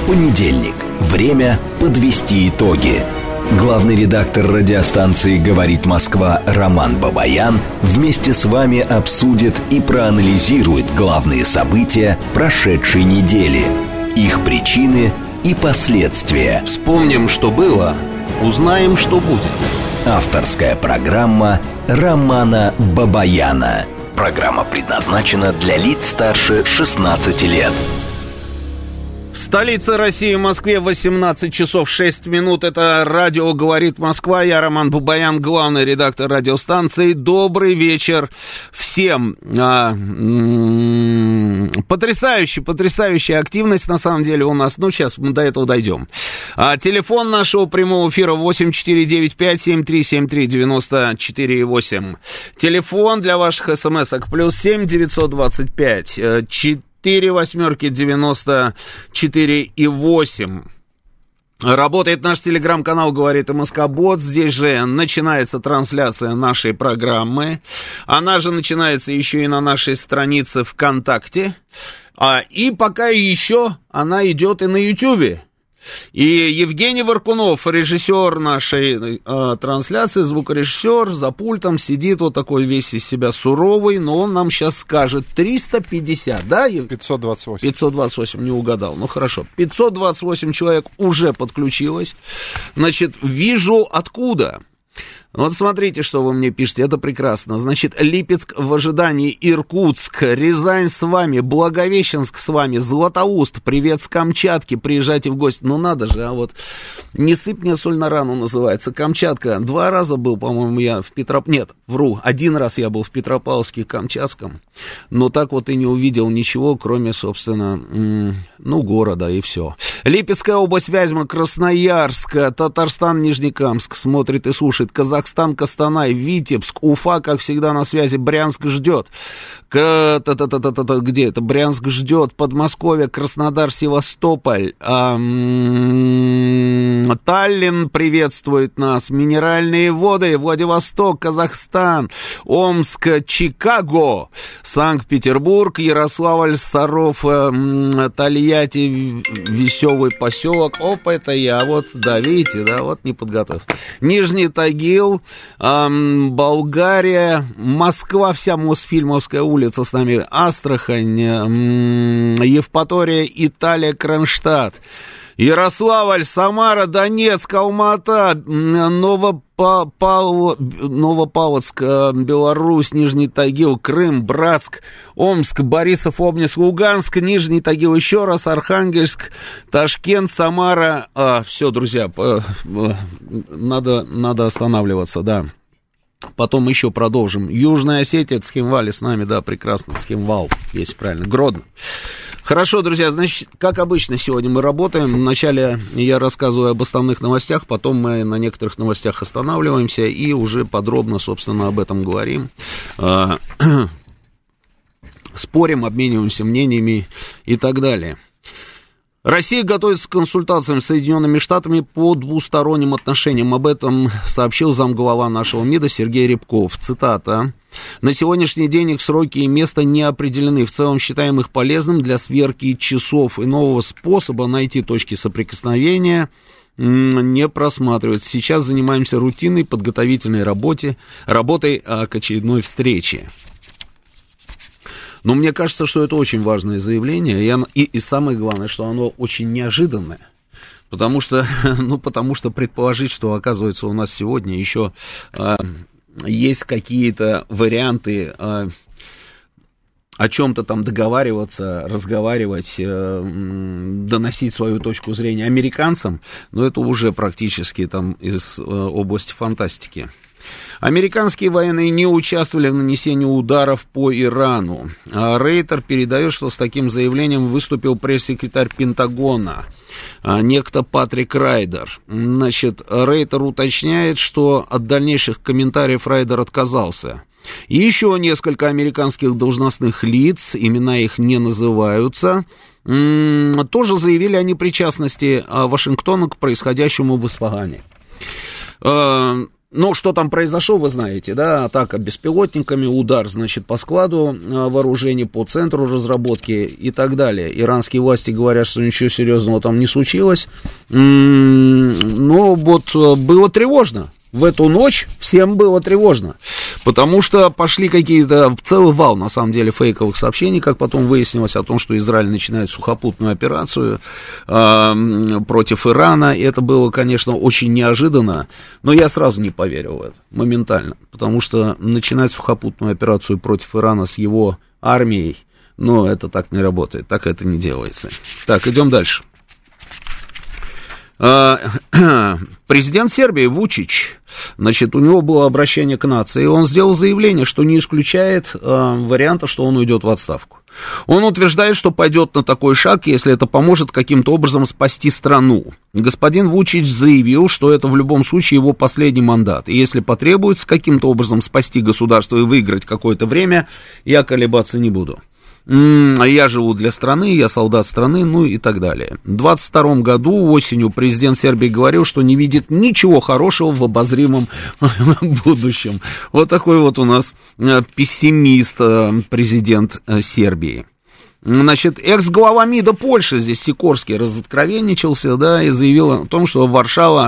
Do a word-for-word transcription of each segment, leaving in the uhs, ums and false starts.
Понедельник. Время подвести итоги. Главный редактор радиостанции «Говорит Москва» Роман Бабаян вместе с вами обсудит и проанализирует главные события прошедшей недели, их причины и последствия. Вспомним, что было, узнаем, что будет. Авторская программа Романа Бабаяна. Программа предназначена для лиц старше шестнадцати лет. В столице России, в Москве, восемнадцать часов шесть минут. Это радио «Говорит Москва». Я Роман Бабаян, главный редактор радиостанции. Добрый вечер всем. А, м-м, потрясающая, потрясающая активность, на самом деле, у нас. Ну, сейчас мы до этого дойдем. А, телефон нашего прямого эфира восемь четыре девять пять семь три семь три девяносто четыре восемь. Телефон для ваших смс-ок плюс семь девятьсот двадцать пять четыре. четыре восьмерки девяносто четыре и восемь. Работает наш телеграм-канал «Говорит МСК-бот». Здесь же начинается трансляция нашей программы. Она же начинается еще и на нашей странице ВКонтакте. А, и пока еще она идет и на Ютьюбе. И Евгений Варкунов, режиссер нашей э, трансляции, звукорежиссер, за пультом сидит вот такой весь из себя суровый, но он нам сейчас скажет триста пятьдесят, да? пятьсот двадцать восемь. пятьсот двадцать восемь, не угадал, ну хорошо. пятьсот двадцать восемь человек уже подключилось. Значит, вижу откуда. Вот смотрите, что вы мне пишете, это прекрасно. Значит, Липецк в ожидании, Иркутск, Рязань с вами, Благовещенск с вами, Златоуст, привет с Камчатки, приезжайте в гости. Ну надо же, а вот не сыпь мне соль на рану называется. Камчатка, два раза был, по-моему, я в Петроп... Нет, вру, один раз я был в Петропавловске-Камчатском, но так вот и не увидел ничего, кроме, собственно, м- ну, города и все. Липецкая область, Вязьма, Красноярск, Татарстан, Нижнекамск, смотрит и слушает, Казахстан. Казахстан, Костанай, Витебск, Уфа, как всегда, на связи, Брянск ждет. К... Где это? Брянск ждет, Подмосковье, Краснодар, Севастополь, ам... Таллин приветствует нас, Минеральные воды, Владивосток, Казахстан, Омск, Чикаго, Санкт-Петербург, Ярославль, Саров, ам... Тольятти, Веселый поселок. Опа, это я, вот, да, видите, да, вот не подготовился. Нижний Тагил, эм, Болгария, Москва, вся Мосфильмовская улица с нами, Астрахань, эм, Евпатория, Италия, Кронштадт, Ярославль, Самара, Донецк, Алмата, Новопавловск, Новопавловск, Беларусь, Нижний Тагил, Крым, Братск, Омск, Борисов, Обнинск, Луганск, Нижний Тагил еще раз, Архангельск, Ташкент, Самара. А, все, друзья, надо, надо останавливаться, да. Потом еще продолжим. Южная Осетия, Цхинвали с нами, да, прекрасно, Цхинвал, если правильно, Гродно. Хорошо, друзья, значит, как обычно сегодня мы работаем. Вначале я рассказываю об основных новостях, потом мы на некоторых новостях останавливаемся и уже подробно, собственно, об этом говорим. Спорим, обмениваемся мнениями и так далее. Россия готовится к консультациям с Соединенными Штатами по двусторонним отношениям. Об этом сообщил замглава нашего МИДа Сергей Рябков. Цитата. «На сегодняшний день их сроки и место не определены. В целом считаем их полезным для сверки часов и нового способа найти точки соприкосновения не просматривается. Сейчас занимаемся рутинной подготовительной работе, работой а, к очередной встрече». Но мне кажется, что это очень важное заявление, и, оно, и, и самое главное, что оно очень неожиданное, потому что, ну, потому что предположить, что, оказывается, у нас сегодня еще а, есть какие-то варианты а, о чем-то там договариваться, разговаривать, а, доносить свою точку зрения американцам, но это уже практически там из а, области фантастики. Американские военные не участвовали в нанесении ударов по Ирану. Рейтер передает, что с таким заявлением выступил пресс-секретарь Пентагона, некто Патрик Райдер. Значит, Рейтер уточняет, что от дальнейших комментариев Райдер отказался. И еще несколько американских должностных лиц, имена их не называются, тоже заявили о непричастности Вашингтона к происходящему в Исфагане. ну, что там произошло, вы знаете, да, атака беспилотниками, удар, значит, по складу вооружений, по центру разработки и так далее. Иранские власти говорят, что ничего серьезного там не случилось, но вот было тревожно. В эту ночь всем было тревожно, потому что пошли какие-то, целый вал, на самом деле, фейковых сообщений, как потом выяснилось, о том, что Израиль начинает сухопутную операцию э, против Ирана. И это было, конечно, очень неожиданно, но я сразу не поверил в это, моментально, потому что начинать сухопутную операцию против Ирана с его армией, ну, это так не работает, так это не делается. Так, идем дальше. Президент Сербии Вучич, значит, у него было обращение к нации, и он сделал заявление, что не исключает э, варианта, что он уйдет в отставку. Он утверждает, что пойдет на такой шаг, если это поможет каким-то образом спасти страну. Господин Вучич заявил, что это в любом случае его последний мандат, и если потребуется каким-то образом спасти государство и выиграть какое-то время, я колебаться не буду. Я живу для страны, я солдат страны, ну и так далее. В двадцать втором году осенью президент Сербии говорил, что не видит ничего хорошего в обозримом будущем. Вот такой вот у нас пессимист, президент Сербии. Значит, экс-глава МИДа Польши, здесь Сикорский, разоткровенничался, да, и заявил о том, что Варшава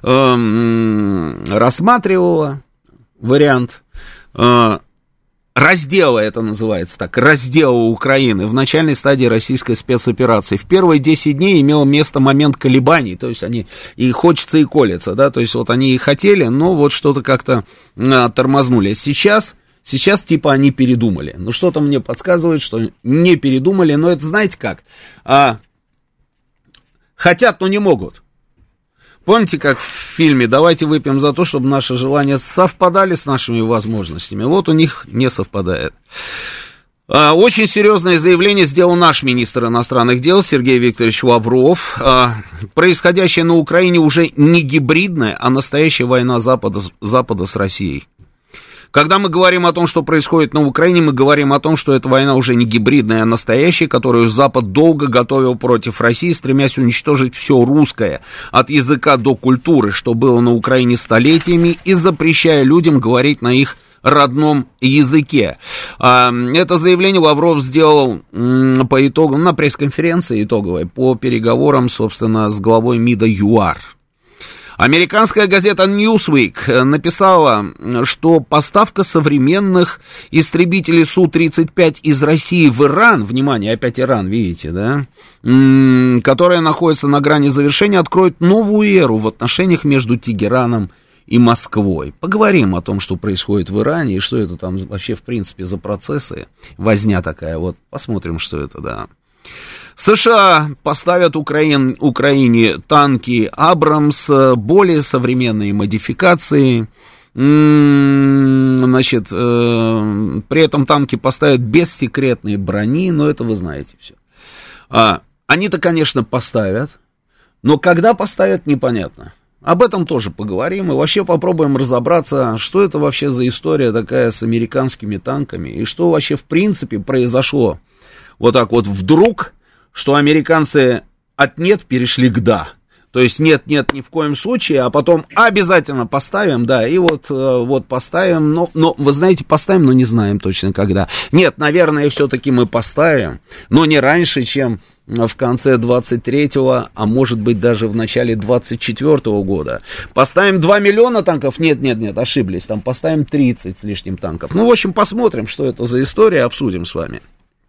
э, рассматривала вариант э, раздела, это называется так, раздела Украины в начальной стадии российской спецоперации. В первые десять дней имел место момент колебаний, то есть они и хочется, и колется, да, то есть вот они и хотели, но вот что-то как-то а, тормознули. Сейчас, сейчас типа они передумали. Ну, что-то мне подсказывает, что не передумали, но это знаете как? А, хотят, но не могут. Помните, как в фильме «Давайте выпьем за то, чтобы наши желания совпадали с нашими возможностями»? Вот у них не совпадает. Очень серьезное заявление сделал наш министр иностранных дел Сергей Викторович Лавров. Происходящее на Украине уже не гибридная, а настоящая война Запада, Запада с Россией. Когда мы говорим о том, что происходит на Украине, мы говорим о том, что эта война уже не гибридная, а настоящая, которую Запад долго готовил против России, стремясь уничтожить все русское, от языка до культуры, что было на Украине столетиями, и запрещая людям говорить на их родном языке. Это заявление Лавров сделал по итогам, на пресс-конференции итоговой, по переговорам, собственно, с главой МИДа ЮАР. Американская газета Newsweek написала, что поставка современных истребителей Су тридцать пять из России в Иран, внимание, опять Иран, видите, да, которая находится на грани завершения, откроет новую эру в отношениях между Тегераном и Москвой. Поговорим о том, что происходит в Иране, и что это там вообще, в принципе, за процессы, возня такая, вот, посмотрим, что это, да. США поставят Украин, Украине танки «Абрамс», более современные модификации, значит, э, при этом танки поставят без секретной брони, но это вы знаете все. А, они-то, конечно, поставят, но когда поставят, непонятно. Об этом тоже поговорим и вообще попробуем разобраться, что это вообще за история такая с американскими танками, и что вообще в принципе произошло вот так вот вдруг, что американцы от нет перешли к да. То есть нет, нет, ни в коем случае, а потом обязательно поставим, да, и вот, вот поставим, но, но, вы знаете, поставим, но не знаем точно когда. Нет, наверное, все-таки мы поставим, но не раньше, чем в конце двадцать третьего, а может быть даже в начале двадцать четвёртого года. Поставим два миллиона танков? Нет, нет, нет, ошиблись, там поставим тридцать с лишним танков. Ну, в общем, посмотрим, что это за история, обсудим с вами.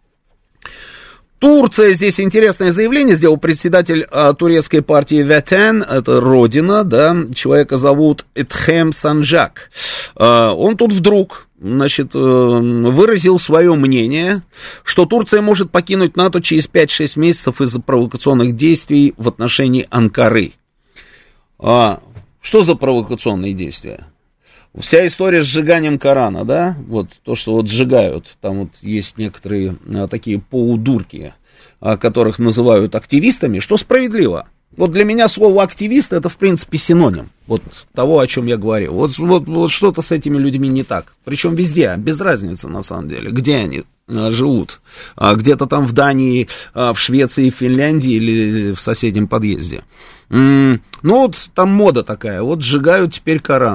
Турция, здесь интересное заявление сделал председатель а, турецкой партии Ватан, это родина, да, человека зовут Этхем Санджак. А, он тут вдруг, значит, выразил свое мнение, что Турция может покинуть НАТО через пять-шесть месяцев из-за провокационных действий в отношении Анкары. А, что за провокационные действия? Вся история с сжиганием Корана, да, вот то, что вот сжигают, там вот есть некоторые а, такие полудурки, а, которых называют активистами, что справедливо. Вот для меня слово активист это в принципе синоним вот того, о чем я говорил. Вот, вот, вот что-то с этими людьми не так, причем везде, без разницы на самом деле, где они а, живут, а, где-то там в Дании, а, в Швеции, в Финляндии или в соседнем подъезде. М-м, ну вот там мода такая, вот сжигают теперь Кораны.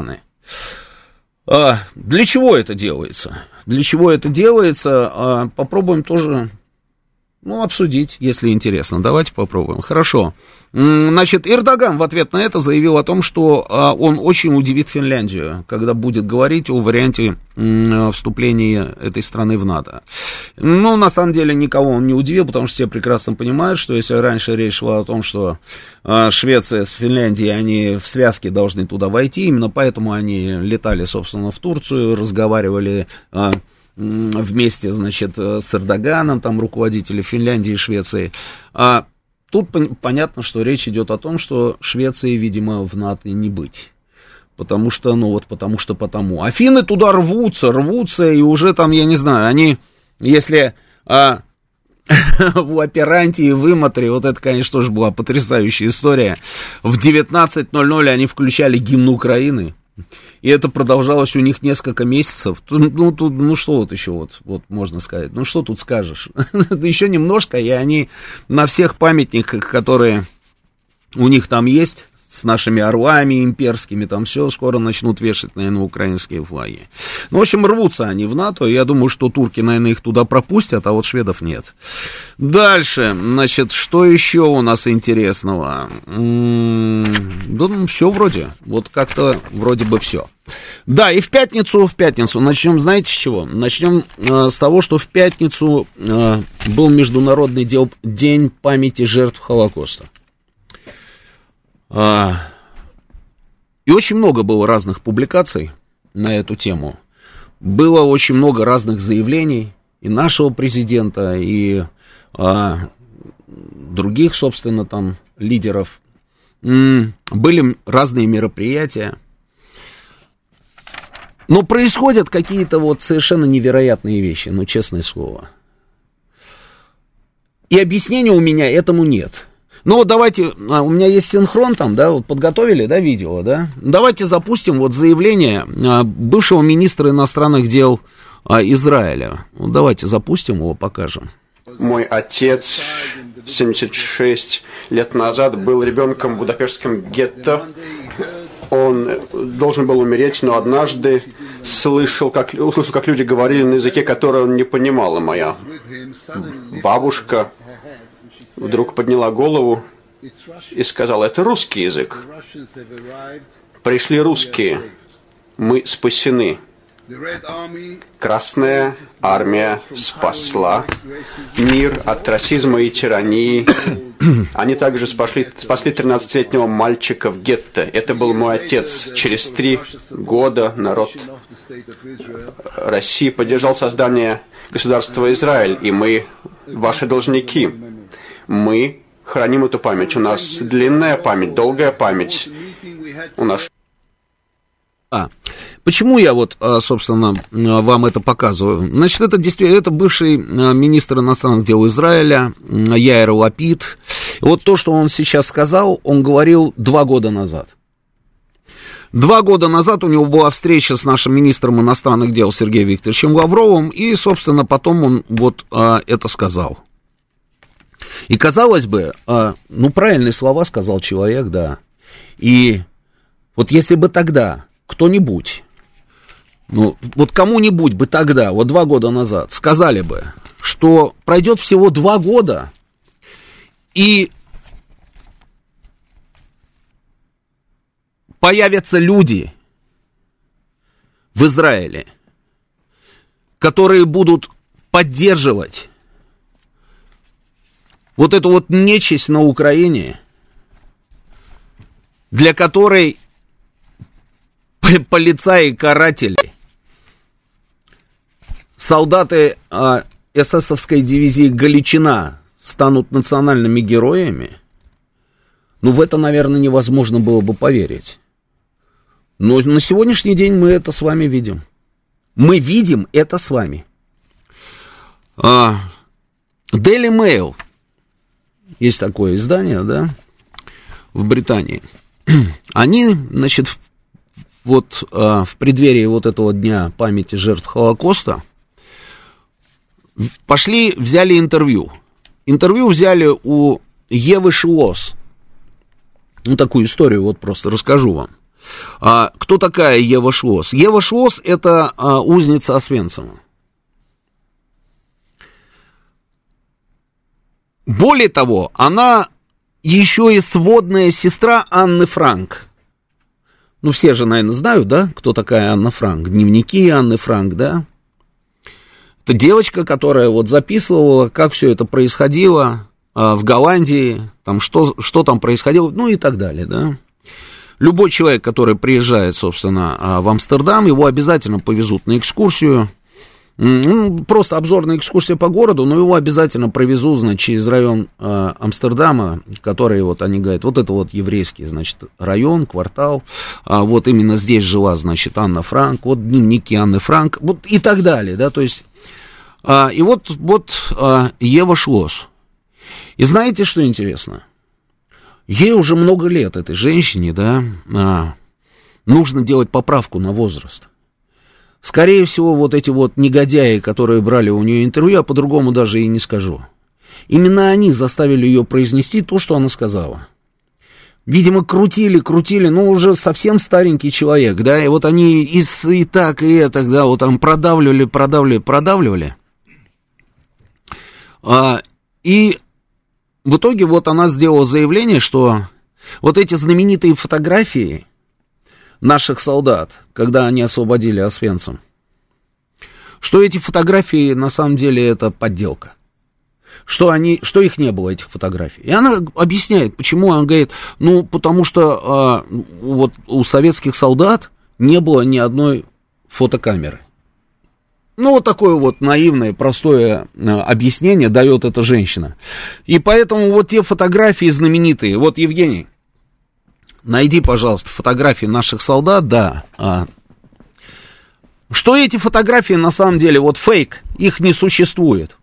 А, для чего это делается? Для чего это делается? А, попробуем тоже, ну, обсудить, если интересно. Давайте попробуем. Хорошо. Значит, Эрдоган в ответ на это заявил о том, что а, он очень удивит Финляндию, когда будет говорить о варианте м, вступления этой страны в НАТО. Ну, на самом деле, никого он не удивил, потому что все прекрасно понимают, что если раньше речь шла о том, что а, Швеция с Финляндией, они в связке должны туда войти, именно поэтому они летали, собственно, в Турцию, разговаривали... А, вместе, значит, с Эрдоганом, там, руководители Финляндии и Швеции. А тут пон- понятно, что речь идет о том, что Швеции, видимо, в НАТО не быть. Потому что, ну вот, потому что потому. А финны туда рвутся, рвутся, и уже там, я не знаю, они, если а, в операнте и в Иматре, вот это, конечно, тоже была потрясающая история, в девятнадцать ноль ноль они включали гимн Украины. И это продолжалось у них несколько месяцев. Ну, тут, ну что вот еще вот, вот можно сказать? Ну, что тут скажешь? Еще немножко, и они на всех памятниках, которые у них там есть, с нашими орлами имперскими, там все скоро начнут вешать, наверное, украинские флаги. Ну, в общем, рвутся они в НАТО. Я думаю, что турки, наверное, их туда пропустят, а вот шведов нет. Дальше, значит, что еще у нас интересного? М-м, да, ну, все вроде. Вот как-то вроде бы все. Да, и в пятницу, в пятницу начнем, знаете, с чего? Начнем э, с того, что в пятницу э, был Международный дел, день памяти жертв Холокоста. А, и очень много было разных публикаций на эту тему. Было очень много разных заявлений и нашего президента, и а, других, собственно, там лидеров. М-м, были разные мероприятия. Но происходят какие-то вот совершенно невероятные вещи, ну, честное слово. И объяснения у меня этому нет. Ну, вот давайте, а, у меня есть синхрон там, да, вот подготовили, да, видео, да. Давайте запустим вот заявление а, бывшего министра иностранных дел а, Израиля. Вот давайте запустим его, покажем. Мой отец семьдесят шесть лет назад был ребенком в Будапештском гетто. Он должен был умереть, но однажды слышал, как, услышал, как люди говорили на языке, который он не понимал. И моя бабушка вдруг подняла голову и сказала: это русский язык. Пришли русские, мы спасены. Красная армия спасла мир от расизма и тирании. Они также спасли, спасли тринадцатилетнего мальчика в гетто. Это был мой отец. Через три года народ России поддержал создание государства Израиль, и мы ваши должники. Мы храним эту память. У нас длинная память, долгая память. У нас... А, почему я вот, собственно, вам это показываю? Значит, это действительно, это бывший министр иностранных дел Израиля Яир Лапид. Вот то, что он сейчас сказал, он говорил два года назад. Два года назад у него была встреча с нашим министром иностранных дел Сергеем Викторовичем Лавровым, и, собственно, потом он вот а, это сказал. И, казалось бы, а, ну, правильные слова сказал человек, да. И вот если бы тогда кто-нибудь, ну, вот кому-нибудь бы тогда, вот два года назад, сказали бы, что пройдет всего два года, и появятся люди в Израиле, которые будут поддерживать вот эту вот нечисть на Украине, для которой полицаи, каратели, солдаты а, эсэсовской дивизии Галичина станут национальными героями, ну, в это, наверное, невозможно было бы поверить. Но на сегодняшний день мы это с вами видим. Мы видим это с вами. А, Daily Mail. Есть такое издание, да, в Британии. Они, значит, вот а, в преддверии вот этого дня памяти жертв Холокоста пошли, взяли интервью. Интервью взяли у Евы Шлос. Ну, такую историю вот просто расскажу вам. А, кто такая Ева Шлосс? Ева Шлосс — это а, узница Освенцима. Более того, она еще и сводная сестра Анны Франк. Ну, все же, наверное, знают, да, кто такая Анна Франк. Дневники Анны Франк, да. Это девочка, которая вот записывала, как все это происходило а, в Голландии, там, что, что там происходило, ну и так далее, да. Любой человек, который приезжает, собственно, в Амстердам, его обязательно повезут на экскурсию. Ну, просто обзорная экскурсия по городу, но его обязательно провезут, значит, через район э, Амстердама, который, вот они говорят, вот это вот еврейский, значит, район, квартал, а вот именно здесь жила, значит, Анна Франк, вот дневники Анны Франк, вот и так далее, да, то есть, э, и вот, вот э, Ева Шлосс. И знаете, что интересно? Ей уже много лет, этой женщине, да, э, нужно делать поправку на возраст. Скорее всего, вот эти вот негодяи, которые брали у нее интервью, я по-другому даже и не скажу. Именно они заставили ее произнести то, что она сказала. Видимо, крутили, крутили, ну, уже совсем старенький человек, да, и вот они и, и так, и это, да, вот там продавливали, продавливали, продавливали. А, и в итоге вот она сделала заявление, что вот эти знаменитые фотографии наших солдат, когда они освободили Освенцим, что эти фотографии на самом деле это подделка, что они, что их не было, этих фотографий. И она объясняет, почему. Она говорит, ну, потому что а, вот у советских солдат не было ни одной фотокамеры. Ну, вот такое вот наивное, простое а, объяснение дает эта женщина. И поэтому вот те фотографии знаменитые, вот, Евгений, найди, пожалуйста, фотографии наших солдат, да. А, что эти фотографии на самом деле, вот фейк, их не существует.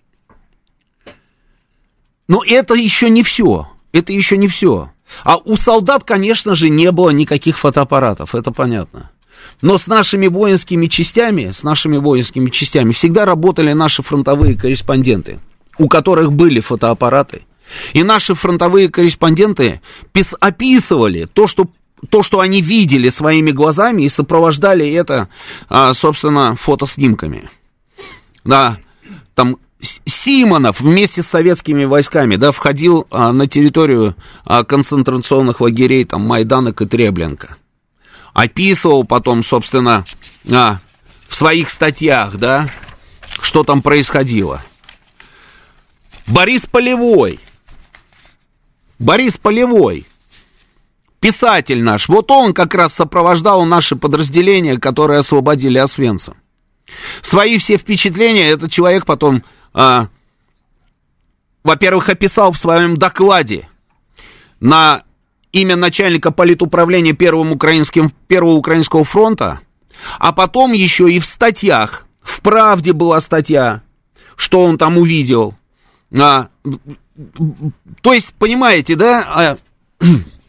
Но это еще не все, это еще не все. А у солдат, конечно же, не было никаких фотоаппаратов, это понятно. Но с нашими воинскими частями, с нашими воинскими частями всегда работали наши фронтовые корреспонденты, у которых были фотоаппараты. И наши фронтовые корреспонденты пис- описывали то что, то, что они видели своими глазами, и сопровождали это, а, собственно, фотоснимками. Да, там Симонов вместе с советскими войсками, да, входил а, на территорию а, концентрационных лагерей, там, Майданок и Треблинка. Описывал потом, собственно, а, в своих статьях, да, что там происходило. Борис Полевой. Борис Полевой, писатель наш, вот он как раз сопровождал наши подразделения, которые освободили Освенцим. Свои все впечатления этот человек потом, а, во-первых, описал в своем докладе на имя начальника политуправления Первым украинским, Первого Украинского фронта, а потом еще и в статьях, в «Правде» была статья, что он там увидел. А, то есть, понимаете, да, а,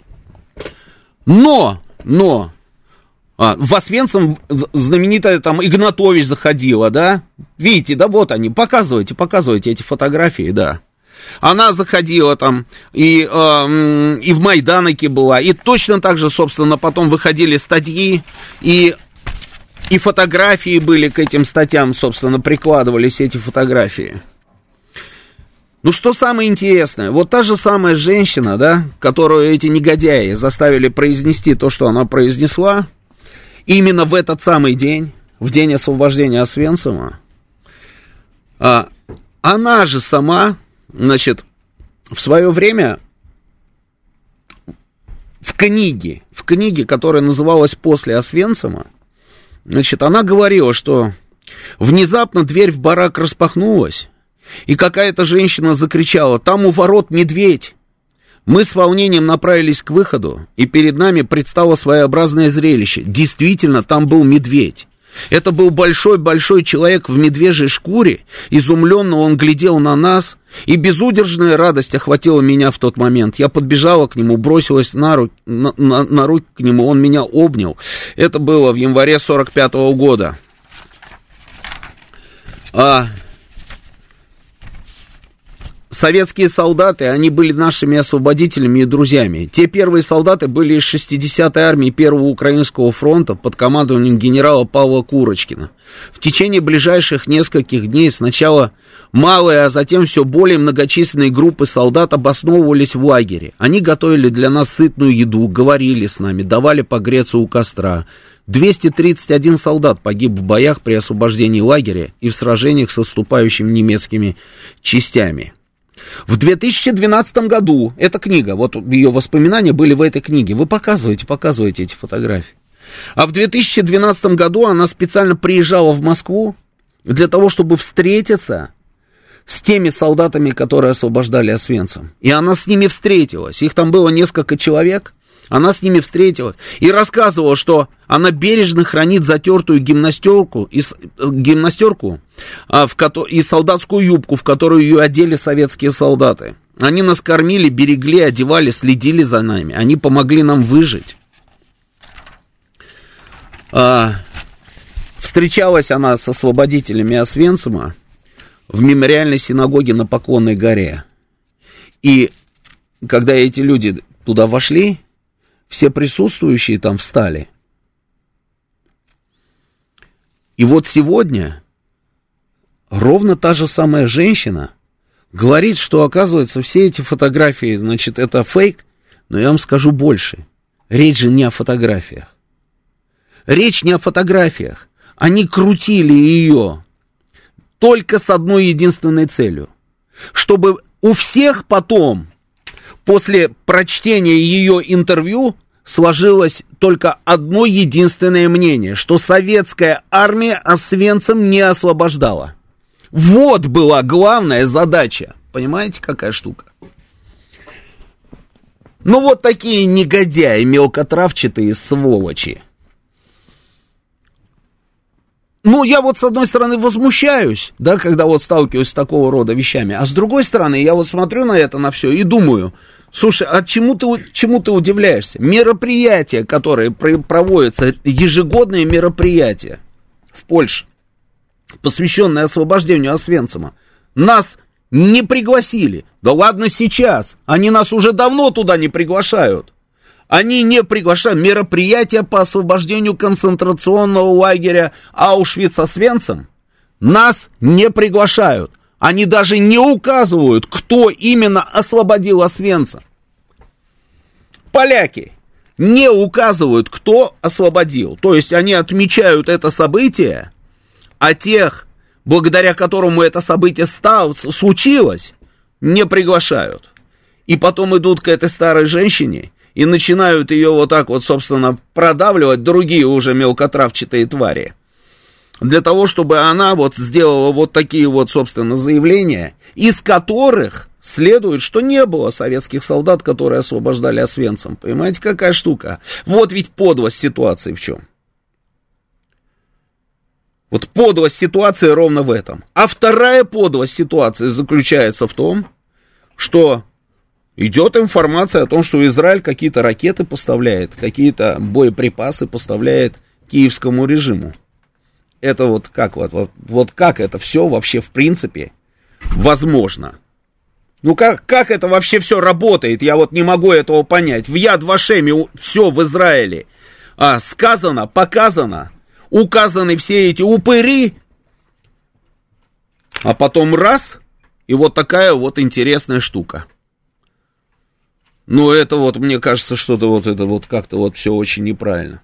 но, но, а, в Освенцим знаменитая там Игнатович заходила, да, видите, да, вот они, показывайте, показывайте эти фотографии, да. Она заходила там, и, э, и в Майданоке была, и точно так же, собственно, потом выходили статьи, и, и фотографии были к этим статьям, собственно, прикладывались эти фотографии. Ну, что самое интересное, вот та же самая женщина, да, которую эти негодяи заставили произнести то, что она произнесла, именно в этот самый день, в день освобождения Освенцима, а, она же сама, значит, в свое время в книге, в книге, которая называлась «После Освенцима», значит, она говорила, что внезапно дверь в барак распахнулась, и какая-то женщина закричала: «Там у ворот медведь!» Мы с волнением направились к выходу, и перед нами предстало своеобразное зрелище. Действительно, там был медведь. Это был большой-большой человек в медвежьей шкуре. Изумленно он глядел на нас, и безудержная радость охватила меня в тот момент. Я подбежала к нему, бросилась на, ру... на, на, на руки к нему, он меня обнял. Это было в январе сорок пятого года. А... советские солдаты, они были нашими освободителями и друзьями. Те первые солдаты были из шестидесятой армии Первого Украинского фронта под командованием генерала Павла Курочкина. В течение ближайших нескольких дней сначала малые, а затем все более многочисленные группы солдат обосновывались в лагере. Они готовили для нас сытную еду, говорили с нами, давали погреться у костра. двести тридцать один солдат погиб в боях при освобождении лагеря и в сражениях с отступающими немецкими частями. В две тысячи двенадцатом году, эта книга, вот ее воспоминания были в этой книге, вы показываете, показываете эти фотографии. А в две тысячи двенадцатом году она специально приезжала в Москву для того, чтобы встретиться с теми солдатами, которые освобождали Освенцим. И она с ними встретилась, их там было несколько человек. Она с ними встретилась и рассказывала, что она бережно хранит затертую гимнастерку и, гимнастерку, а, в ко- и солдатскую юбку, в которую ее одели советские солдаты. Они нас кормили, берегли, одевали, следили за нами. Они помогли нам выжить. А, встречалась она с освободителями Освенцима в мемориальной синагоге на Поклонной горе. И когда эти люди туда вошли, все присутствующие там встали. И вот сегодня ровно та же самая женщина говорит, что, оказывается, все эти фотографии, значит, это фейк, но я вам скажу больше. Речь же не о фотографиях. Речь не о фотографиях. Они крутили ее только с одной единственной целью. Чтобы у всех потом, после прочтения ее интервью, сложилось только одно единственное мнение, что советская армия Освенцим не освобождала. Вот была главная задача. Понимаете, какая штука? Ну вот такие негодяи, мелкотравчатые сволочи. Ну, я вот с одной стороны возмущаюсь, да, когда вот сталкиваюсь с такого рода вещами, а с другой стороны я вот смотрю на это, на все и думаю, слушай, а чему ты, чему ты удивляешься? Мероприятия, которые проводятся, ежегодные мероприятия в Польше, посвященные освобождению Освенцима, нас не пригласили. Да ладно сейчас, они нас уже давно туда не приглашают. Они не приглашают мероприятия по освобождению концентрационного лагеря Аушвиц-Освенцим. Нас не приглашают. Они даже не указывают, кто именно освободил Освенцим. Поляки не указывают, кто освободил. То есть они отмечают это событие, а тех, благодаря которому это событие стало, случилось, не приглашают. И потом идут к этой старой женщине и начинают ее вот так вот, собственно, продавливать другие уже мелкотравчатые твари. Для того, чтобы она вот сделала вот такие вот, собственно, заявления, из которых следует, что не было советских солдат, которые освобождали Освенцим. Понимаете, какая штука? Вот ведь подлость ситуации в чем. Вот подлость ситуации ровно в этом. А вторая подлость ситуации заключается в том, что идет информация о том, что Израиль какие-то ракеты поставляет, какие-то боеприпасы поставляет киевскому режиму. Это вот как, вот, вот, вот как это все вообще в принципе возможно? Ну как, как это вообще все работает? Я вот не могу этого понять. В Яд Вашеме все в Израиле а, сказано, показано, указаны все эти упыри, а потом раз, и вот такая вот интересная штука. Ну, это вот, мне кажется, что-то вот это вот как-то вот все очень неправильно.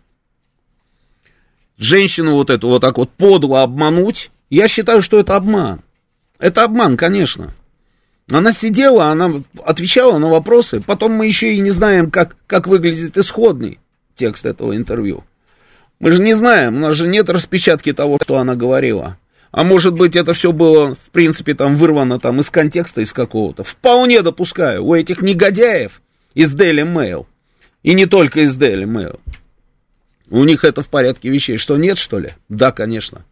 Женщину вот эту вот так вот подло обмануть, я считаю, что это обман. Это обман, конечно. Она сидела, она отвечала на вопросы, потом мы еще и не знаем, как, как выглядит исходный текст этого интервью. Мы же не знаем, у нас же нет распечатки того, что она говорила. А может быть, это все было, в принципе, там вырвано там из контекста, из какого-то. Вполне допускаю, у этих негодяев из Daily Mail, и не только из Daily Mail, у них это в порядке вещей. Что, нет, что ли? Да, конечно.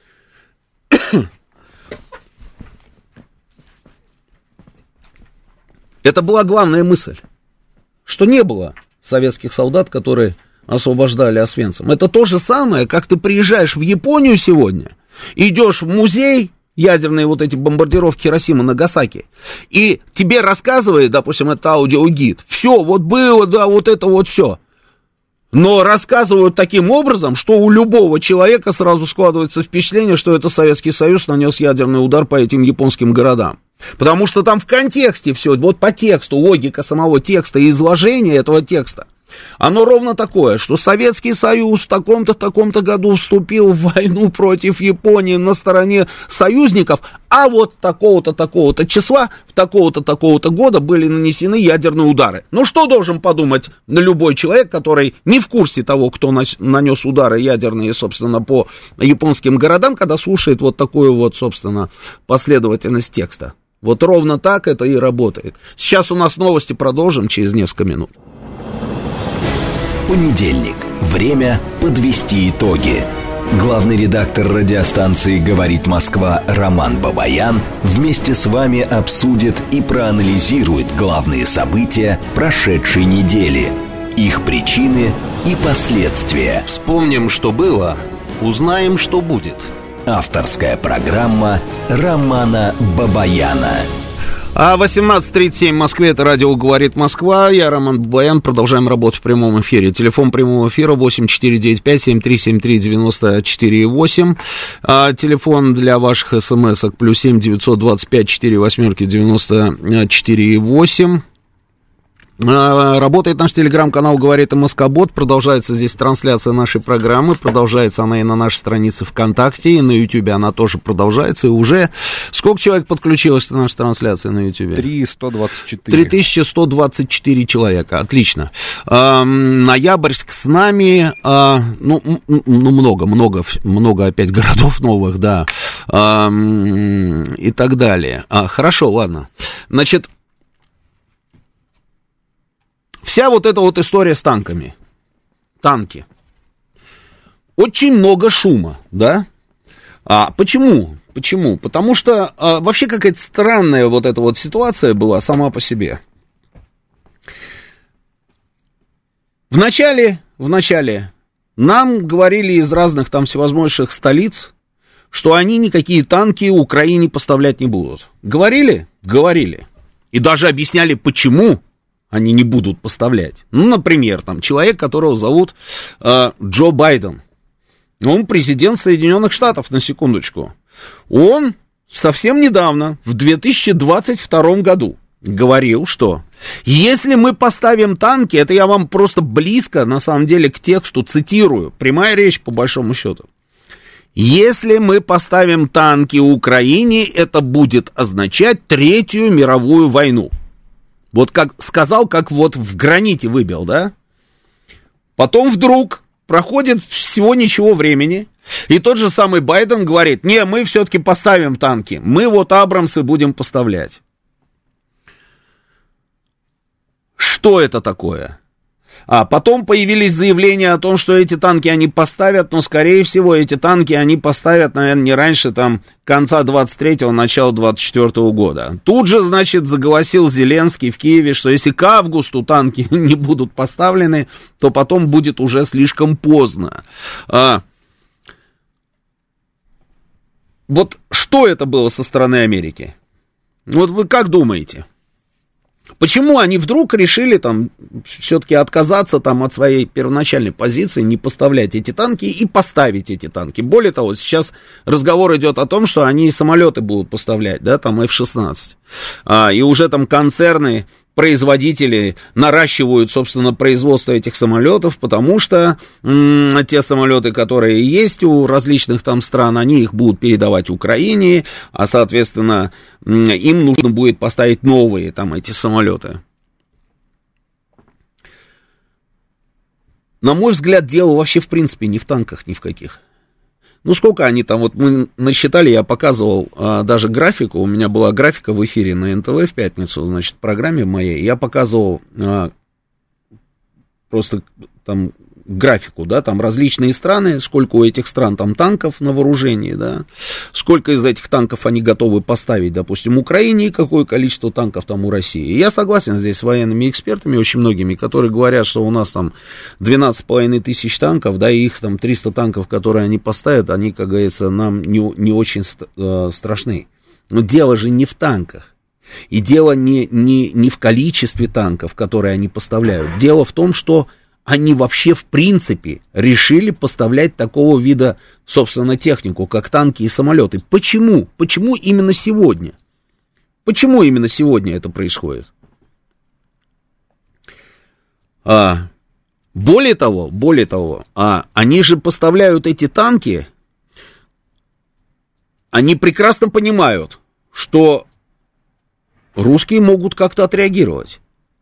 Это была главная мысль, что не было советских солдат, которые освобождали Освенцим. Это то же самое, как ты приезжаешь в Японию сегодня, идешь в музей, ядерные вот эти бомбардировки Хиросимы, Нагасаки, и тебе рассказывает, допустим, это аудиогид, все, вот было, да, вот это вот все. Но рассказывают таким образом, что у любого человека сразу складывается впечатление, что это Советский Союз нанес ядерный удар по этим японским городам. Потому что там в контексте все, вот по тексту, логика самого текста и изложения этого текста, оно ровно такое, что Советский Союз в таком-то, таком-то году вступил в войну против Японии на стороне союзников, а вот такого-то, такого-то числа, в такого-то, такого-то года были нанесены ядерные удары. Ну, что должен подумать любой человек, который не в курсе того, кто нанес удары ядерные, собственно, по японским городам, когда слушает вот такую вот, собственно, последовательность текста? Вот ровно так это и работает. Сейчас у нас новости, продолжим через несколько минут. Понедельник. Время подвести итоги. Главный редактор радиостанции «Говорит Москва» Роман Бабаян вместе с вами обсудит и проанализирует главные события прошедшей недели, их причины и последствия. Вспомним, что было, узнаем, что будет. Авторская программа Романа Бабаяна. А восемнадцать тридцать семь в Москве, это радио «Говорит Москва», я Роман Бабаян, продолжаем работу в прямом эфире. Телефон прямого эфира восемь четыре девять пять семь три семь три девять четыре восемь, а телефон для ваших смс-ок плюс семь девятьсот двадцать пять четыре восьмерки девяносто четыре восемь. Работает наш телеграм-канал «Говорит МСК-бот», продолжается здесь трансляция нашей программы, продолжается она и на нашей странице ВКонтакте, и на Ютьюбе она тоже продолжается, и уже сколько человек подключилось к нашей трансляции на Ютьюбе? три тысячи сто двадцать четыре. три тысячи сто двадцать четыре человека, отлично. А, Ноябрьск с нами, а, ну, ну, много, много, много опять городов новых, да, а, и так далее. А, хорошо, ладно, значит... Вся вот эта вот история с танками. Танки. Очень много шума, да? А почему? Почему? Потому что а, вообще какая-то странная вот эта вот ситуация была сама по себе. Вначале, вначале нам говорили из разных там всевозможных столиц, что они никакие танки Украине поставлять не будут. Говорили? Говорили. И даже объясняли, почему они не будут поставлять. Ну, например, там человек, которого зовут э, Джо Байден. Он президент Соединенных Штатов, на секундочку. Он совсем недавно, в две тысячи двадцать втором году, говорил, что если мы поставим танки, это я вам просто близко, на самом деле, к тексту цитирую, прямая речь по большому счету. Если мы поставим танки Украине, это будет означать Третью мировую войну. Вот как сказал, как вот в граните выбил, да? Потом вдруг проходит всего ничего времени, и тот же самый Байден говорит, не, мы все-таки поставим танки, мы вот Абрамсы будем поставлять. Что это такое? А потом появились заявления о том, что эти танки они поставят, но, скорее всего, эти танки они поставят, наверное, не раньше там конца двадцать третьего, начала двадцать четвёртого года. Тут же, значит, заголосил Зеленский в Киеве, что если к августу танки не будут поставлены, то потом будет уже слишком поздно. А, вот что это было со стороны Америки? Вот вы как думаете? Почему они вдруг решили там все-таки отказаться там от своей первоначальной позиции, не поставлять эти танки и поставить эти танки? Более того, сейчас разговор идет о том, что они и самолеты будут поставлять, да, там эф шестнадцать. А, и уже там концерны, производители наращивают, собственно, производство этих самолетов, потому что м- те самолеты, которые есть у различных там стран, они их будут передавать Украине, а, соответственно, м- им нужно будет поставить новые там эти самолеты. На мой взгляд, дело вообще в принципе не в танках ни в каких. Ну, сколько они там, вот мы насчитали, я показывал а, даже графику, у меня была графика в эфире на эн тэ вэ в пятницу, значит, в программе моей, я показывал а, просто там графику, да, там различные страны, сколько у этих стран там танков на вооружении, да, сколько из этих танков они готовы поставить, допустим, Украине, и какое количество танков там у России. И я согласен здесь с военными экспертами, очень многими, которые говорят, что у нас там двенадцать с половиной тысяч танков, да, и их там триста танков, которые они поставят, они, как говорится, нам не, не очень э, страшны. Но дело же не в танках. И дело не, не, не в количестве танков, которые они поставляют. Дело в том, что они вообще в принципе решили поставлять такого вида, собственно, технику, как танки и самолеты. Почему? Почему именно сегодня? Почему именно сегодня это происходит? А, более того, более того, а, они же поставляют эти танки, они прекрасно понимают, что русские могут как-то отреагировать.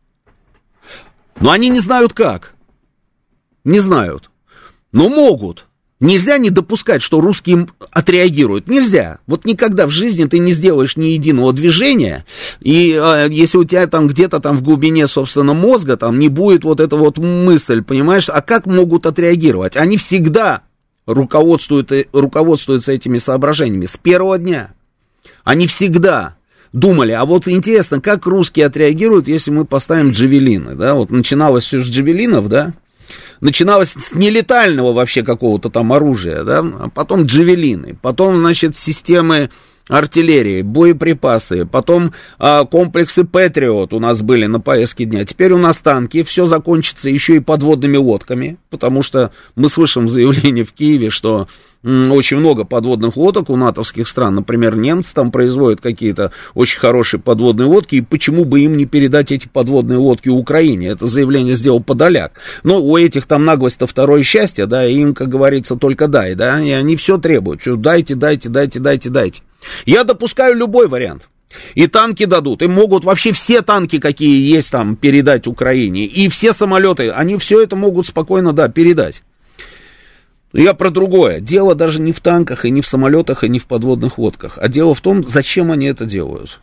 Но они не знают как. Не знают. Но могут. Нельзя не допускать, что русские отреагируют. Нельзя. Вот никогда в жизни ты не сделаешь ни единого движения, и э, если у тебя там где-то там в глубине, собственно, мозга там не будет вот эта вот мысль, понимаешь, а как могут отреагировать? Они всегда руководствуют, руководствуются этими соображениями с первого дня. Они всегда думали, а вот интересно, как русские отреагируют, если мы поставим джавелины, да, вот начиналось все с джавелинов, да, начиналось с нелетального вообще какого-то там оружия, да, а потом джавелины, потом, значит, системы артиллерии, боеприпасы, потом а, комплексы Патриот у нас были на повестке дня, теперь у нас танки, все закончится еще и подводными лодками, потому что мы слышим заявление в Киеве, что м, очень много подводных лодок у натовских стран, например, немцы там производят какие-то очень хорошие подводные лодки, и почему бы им не передать эти подводные лодки Украине, это заявление сделал Подоляк, но у этих там наглость-то второе счастье, да, и им, как говорится, только дай, да, и они все требуют, что дайте, дайте, дайте, дайте, дайте. Я допускаю любой вариант. И танки дадут, и могут вообще все танки, какие есть там, передать Украине. И все самолеты, они все это могут спокойно, да, передать. Я про другое. Дело даже не в танках, и не в самолетах, и не в подводных лодках. А дело в том, зачем они это делают.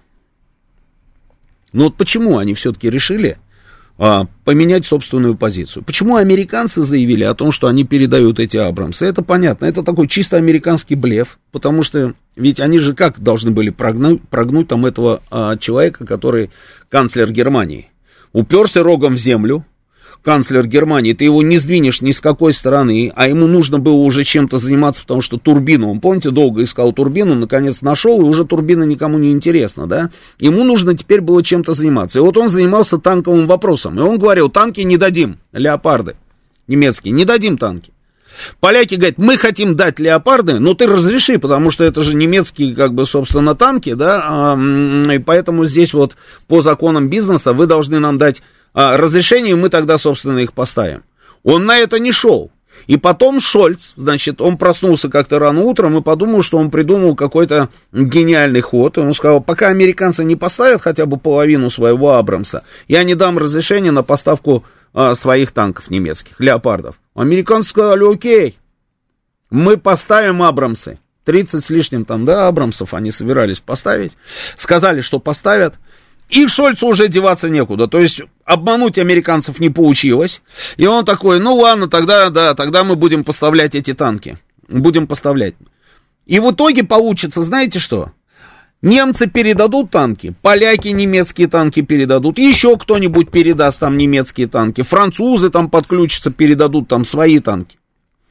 Ну вот почему они все-таки решили а, поменять собственную позицию? Почему американцы заявили о том, что они передают эти Абрамсы? Это понятно, это такой чисто американский блеф, потому что ведь они же как должны были прогнуть, прогнуть там этого а, человека, который канцлер Германии? Уперся рогом в землю, канцлер Германии, ты его не сдвинешь ни с какой стороны, а ему нужно было уже чем-то заниматься, потому что турбину, он, помните, долго искал турбину, наконец нашел, и уже турбина никому не интересна, да? Ему нужно теперь было чем-то заниматься. И вот он занимался танковым вопросом, и он говорил, танки не дадим, леопарды немецкие, не дадим танки. Поляки говорят, мы хотим дать леопарды, но ты разреши, потому что это же немецкие, как бы, собственно, танки, да, а, и поэтому здесь вот по законам бизнеса вы должны нам дать а, разрешение, и мы тогда, собственно, их поставим. Он на это не шел. И потом Шольц, значит, он проснулся как-то рано утром и подумал, что он придумал какой-то гениальный ход. И он сказал, пока американцы не поставят хотя бы половину своего Абрамса, я не дам разрешения на поставку а, своих танков немецких, леопардов. Американцы сказали, окей, мы поставим Абрамсы. тридцать с лишним там, да, Абрамсов они собирались поставить. Сказали, что поставят. И Шольцу уже деваться некуда, то есть обмануть американцев не получилось, и он такой, ну ладно, тогда, да, тогда мы будем поставлять эти танки, будем поставлять. И в итоге получится, знаете что, немцы передадут танки, поляки немецкие танки передадут, еще кто-нибудь передаст там немецкие танки, французы там подключатся, передадут там свои танки,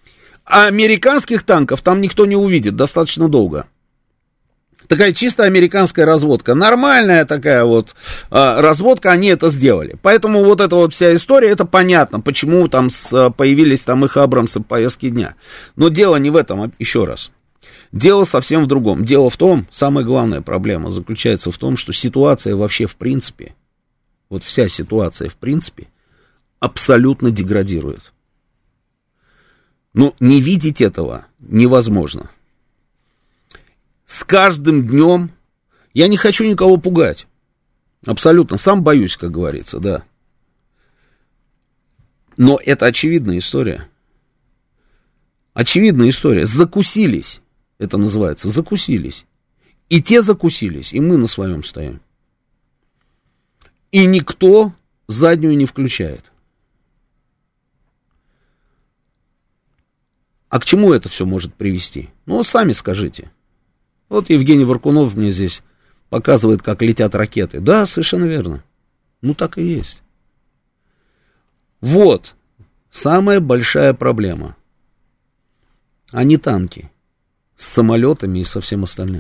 а американских танков там никто не увидит достаточно долго. Такая чисто американская разводка. Нормальная такая вот а, разводка, они это сделали. Поэтому вот эта вот вся история, это понятно, почему там с, появились там их Абрамсы в повестке дня. Но дело не в этом, еще раз. Дело совсем в другом. Дело в том, самая главная проблема заключается в том, что ситуация вообще в принципе, вот вся ситуация в принципе, абсолютно деградирует. Но не видеть этого невозможно. С каждым днем я не хочу никого пугать. Абсолютно. Сам боюсь, как говорится, да. Но это очевидная история. Очевидная история. Закусились. Это называется. Закусились. И те закусились, и мы на своем стоим. И никто заднюю не включает. А к чему это все может привести? Ну, сами скажите. Вот Евгений Варкунов мне здесь показывает, как летят ракеты. Да, совершенно верно. Ну, так и есть. Вот самая большая проблема. А не танки с самолетами и со всем остальным.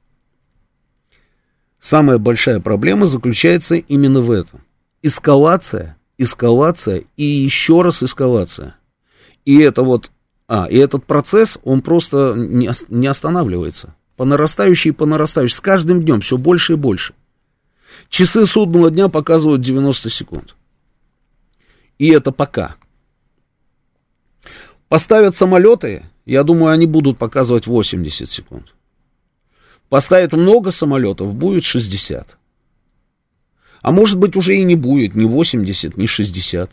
Самая большая проблема заключается именно в этом. Эскалация, эскалация и еще раз эскалация. И это вот, а, и этот процесс, он просто не, не останавливается. По нарастающей и по нарастающей. С каждым днем все больше и больше. Часы судного дня показывают девяносто секунд. И это пока. Поставят самолеты, я думаю, они будут показывать восемьдесят секунд. Поставят много самолетов, будет шестьдесят. А может быть, уже и не будет ни восемьдесят, ни шестьдесят.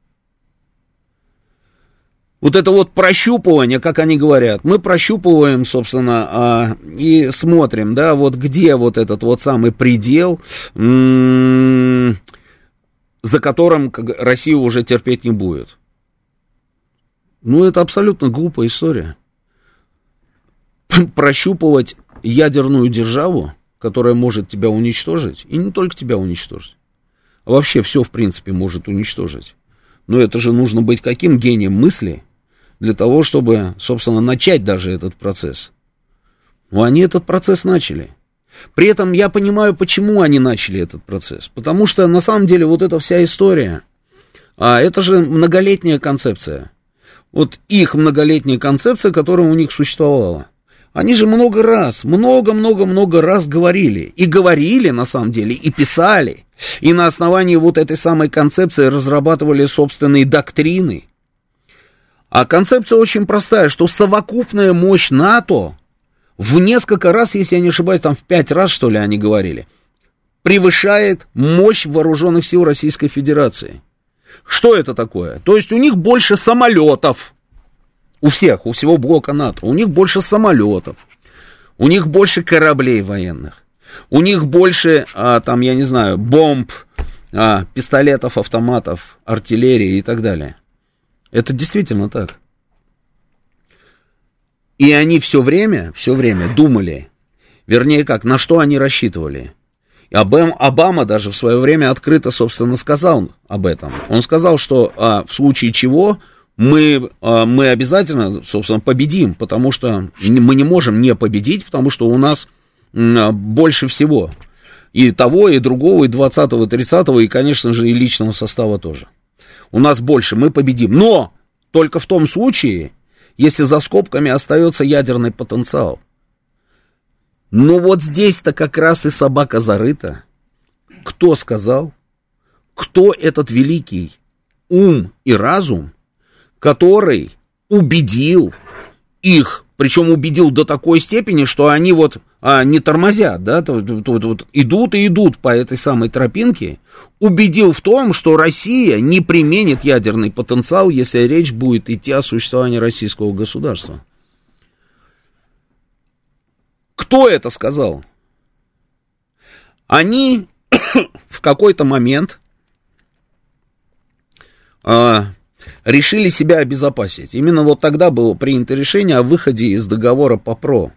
Вот это вот прощупывание, как они говорят, мы прощупываем, собственно, а, и смотрим, да, вот где вот этот вот самый предел, м-м, за которым Россия уже терпеть не будет. Ну, это абсолютно глупая история. Прощупывать ядерную державу, которая может тебя уничтожить, и не только тебя уничтожить, а вообще все, в принципе, может уничтожить. Но это же нужно быть каким гением мысли для того, чтобы, собственно, начать даже этот процесс. Но они этот процесс начали. При этом я понимаю, почему они начали этот процесс. Потому что, на самом деле, вот эта вся история, а это же многолетняя концепция. Вот их многолетняя концепция, которая у них существовала. Они же много раз, много-много-много раз говорили. И говорили, на самом деле, и писали. И на основании вот этой самой концепции разрабатывали собственные доктрины. А концепция очень простая, что совокупная мощь НАТО в несколько раз, если я не ошибаюсь, там в пять раз, что ли, они говорили, превышает мощь вооруженных сил Российской Федерации. Что это такое? То есть у них больше самолетов. У всех, у всего блока НАТО. У них больше самолетов. У них больше кораблей военных. У них больше, а, там, я не знаю, бомб, а, пистолетов, автоматов, артиллерии и так далее. Это действительно так. И они все время, все время думали, вернее как, на что они рассчитывали. И Обама даже в свое время открыто, собственно, сказал об этом. Он сказал, что а, в случае чего мы, а, мы обязательно, собственно, победим, потому что мы не можем не победить, потому что у нас м, больше всего. И того, и другого, и двадцатого, и тридцатого, и, конечно же, и личного состава тоже. У нас больше, мы победим. Но только в том случае, если за скобками остается ядерный потенциал. Но вот здесь-то как раз и собака зарыта. Кто сказал? Кто этот великий ум и разум, который убедил их, причем убедил до такой степени, что они вот а, не тормозят, да, то, то, то, то, идут и идут по этой самой тропинке, убедил в том, что Россия не применит ядерный потенциал, если речь будет идти о существовании российского государства. Кто это сказал? Они в какой-то момент а, решили себя обезопасить. Именно вот тогда было принято решение о выходе из договора ПАПРО.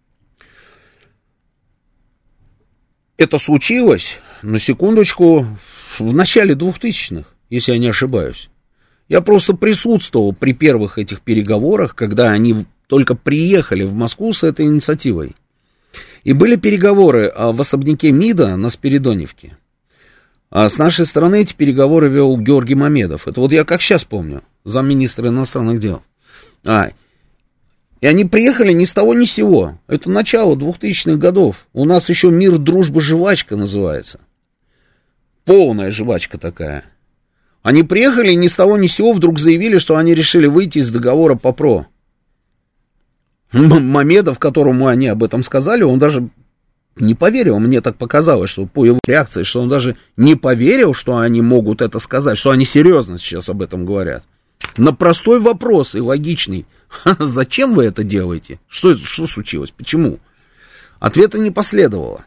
Это случилось, на секундочку, в начале двухтысячных, если я не ошибаюсь. Я просто присутствовал при первых этих переговорах, когда они только приехали в Москву с этой инициативой. И были переговоры в особняке МИДа на Спиридоневке. А с нашей стороны эти переговоры вел Георгий Мамедов. Это вот я как сейчас помню, замминистра иностранных дел. А, и они приехали ни с того ни с сего. Это начало двухтысячных годов. У нас еще мир, дружба, жвачка называется. Полная жвачка такая. Они приехали и ни с того ни с сего вдруг заявили, что они решили выйти из договора ПАПРО. Мамедов, которому они об этом сказали, он даже не поверил. Мне так показалось, что по его реакции, что он даже не поверил, что они могут это сказать, что они серьезно сейчас об этом говорят. На простой вопрос и логичный: зачем вы это делаете? Что, что случилось? Почему? Ответа не последовало.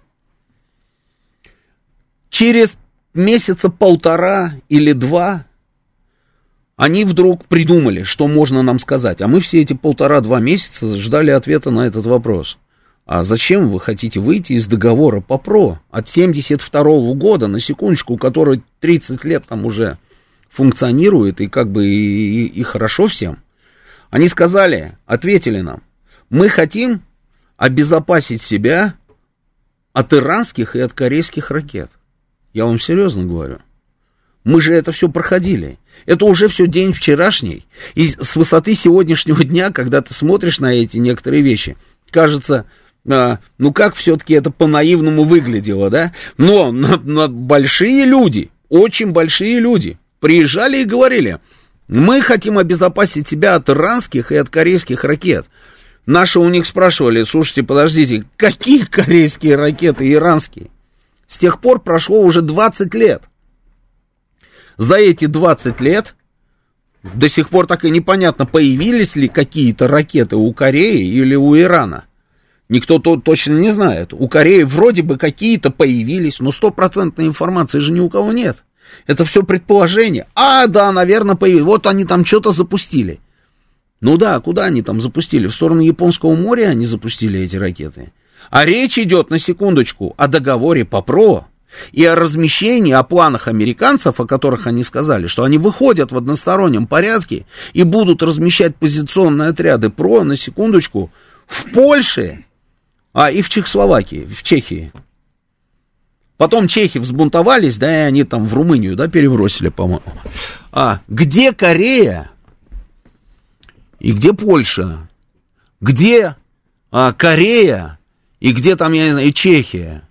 Через месяца полтора или два они вдруг придумали, что можно нам сказать. А мы все эти полтора-два месяца ждали ответа на этот вопрос. А зачем вы хотите выйти из договора по ПРО от семьдесят второго года, на секундочку, который тридцать лет там уже функционирует, и как бы и, и, и хорошо всем? Они сказали, ответили нам, мы хотим обезопасить себя от иранских и от корейских ракет. Я вам серьезно говорю. Мы же это все проходили. Это уже все день вчерашний. И с высоты сегодняшнего дня, когда ты смотришь на эти некоторые вещи, кажется, а, ну как все-таки это по-наивному выглядело, да? Но, но, но большие люди, очень большие люди приезжали и говорили, мы хотим обезопасить себя от иранских и от корейских ракет. Наши у них спрашивали, слушайте, подождите, какие корейские ракеты и иранские? С тех пор прошло уже двадцать лет. За эти двадцать лет до сих пор так и непонятно, появились ли какие-то ракеты у Кореи или у Ирана. Никто то, точно не знает. У Кореи вроде бы какие-то появились, но стопроцентной информации же ни у кого нет. Это все предположение. А, да, наверное, появились. Вот они там что-то запустили. Ну да, куда они там запустили? В сторону Японского моря они запустили эти ракеты. А речь идет, на секундочку, о договоре по ПРО. И о размещении, о планах американцев, о которых они сказали, что они выходят в одностороннем порядке и будут размещать позиционные отряды ПРО, на секундочку, в Польше, а и в Чехословакии, в Чехии. Потом чехи взбунтовались, да, и они там в Румынию, да, перебросили, по-моему. А где Корея и где Польша? Где а, Корея и где там, я не знаю, и Чехия?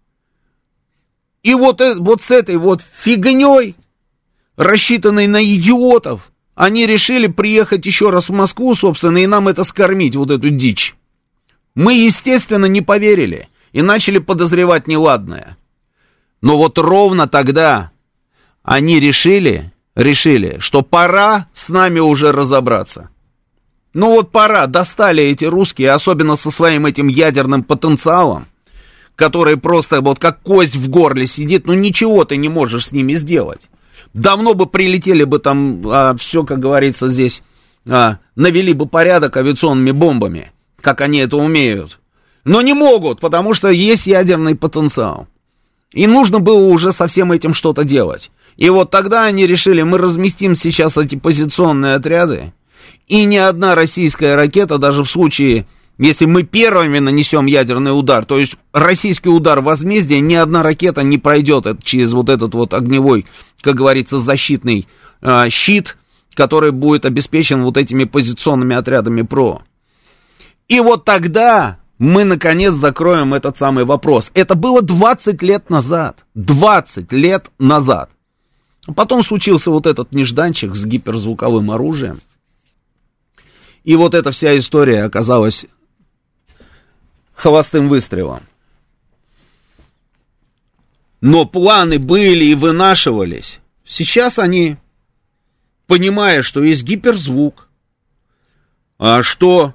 И вот, вот с этой вот фигней, рассчитанной на идиотов, они решили приехать еще раз в Москву, собственно, и нам это скормить, вот эту дичь. Мы, естественно, не поверили и начали подозревать неладное. Но вот ровно тогда они решили, решили, что пора с нами уже разобраться. Ну вот пора, достали эти русские, особенно со своим этим ядерным потенциалом, который просто вот как кость в горле сидит, ну ничего ты не можешь с ними сделать. Давно бы прилетели бы там, а, все, как говорится здесь, а, навели бы порядок авиационными бомбами, как они это умеют. Но не могут, потому что есть ядерный потенциал. И нужно было уже со всем этим что-то делать. И вот тогда они решили, мы разместим сейчас эти позиционные отряды, и ни одна российская ракета, даже в случае... Если мы первыми нанесем ядерный удар, то есть российский удар возмездия, ни одна ракета не пройдет через вот этот вот огневой, как говорится, защитный э, щит, который будет обеспечен вот этими позиционными отрядами ПРО. И вот тогда мы, наконец, закроем этот самый вопрос. Это было двадцать лет назад. двадцать лет назад. Потом случился вот этот нежданчик с гиперзвуковым оружием. И вот эта вся история оказалась холостым выстрелом. Но планы были и вынашивались. Сейчас они, понимая, что есть гиперзвук, что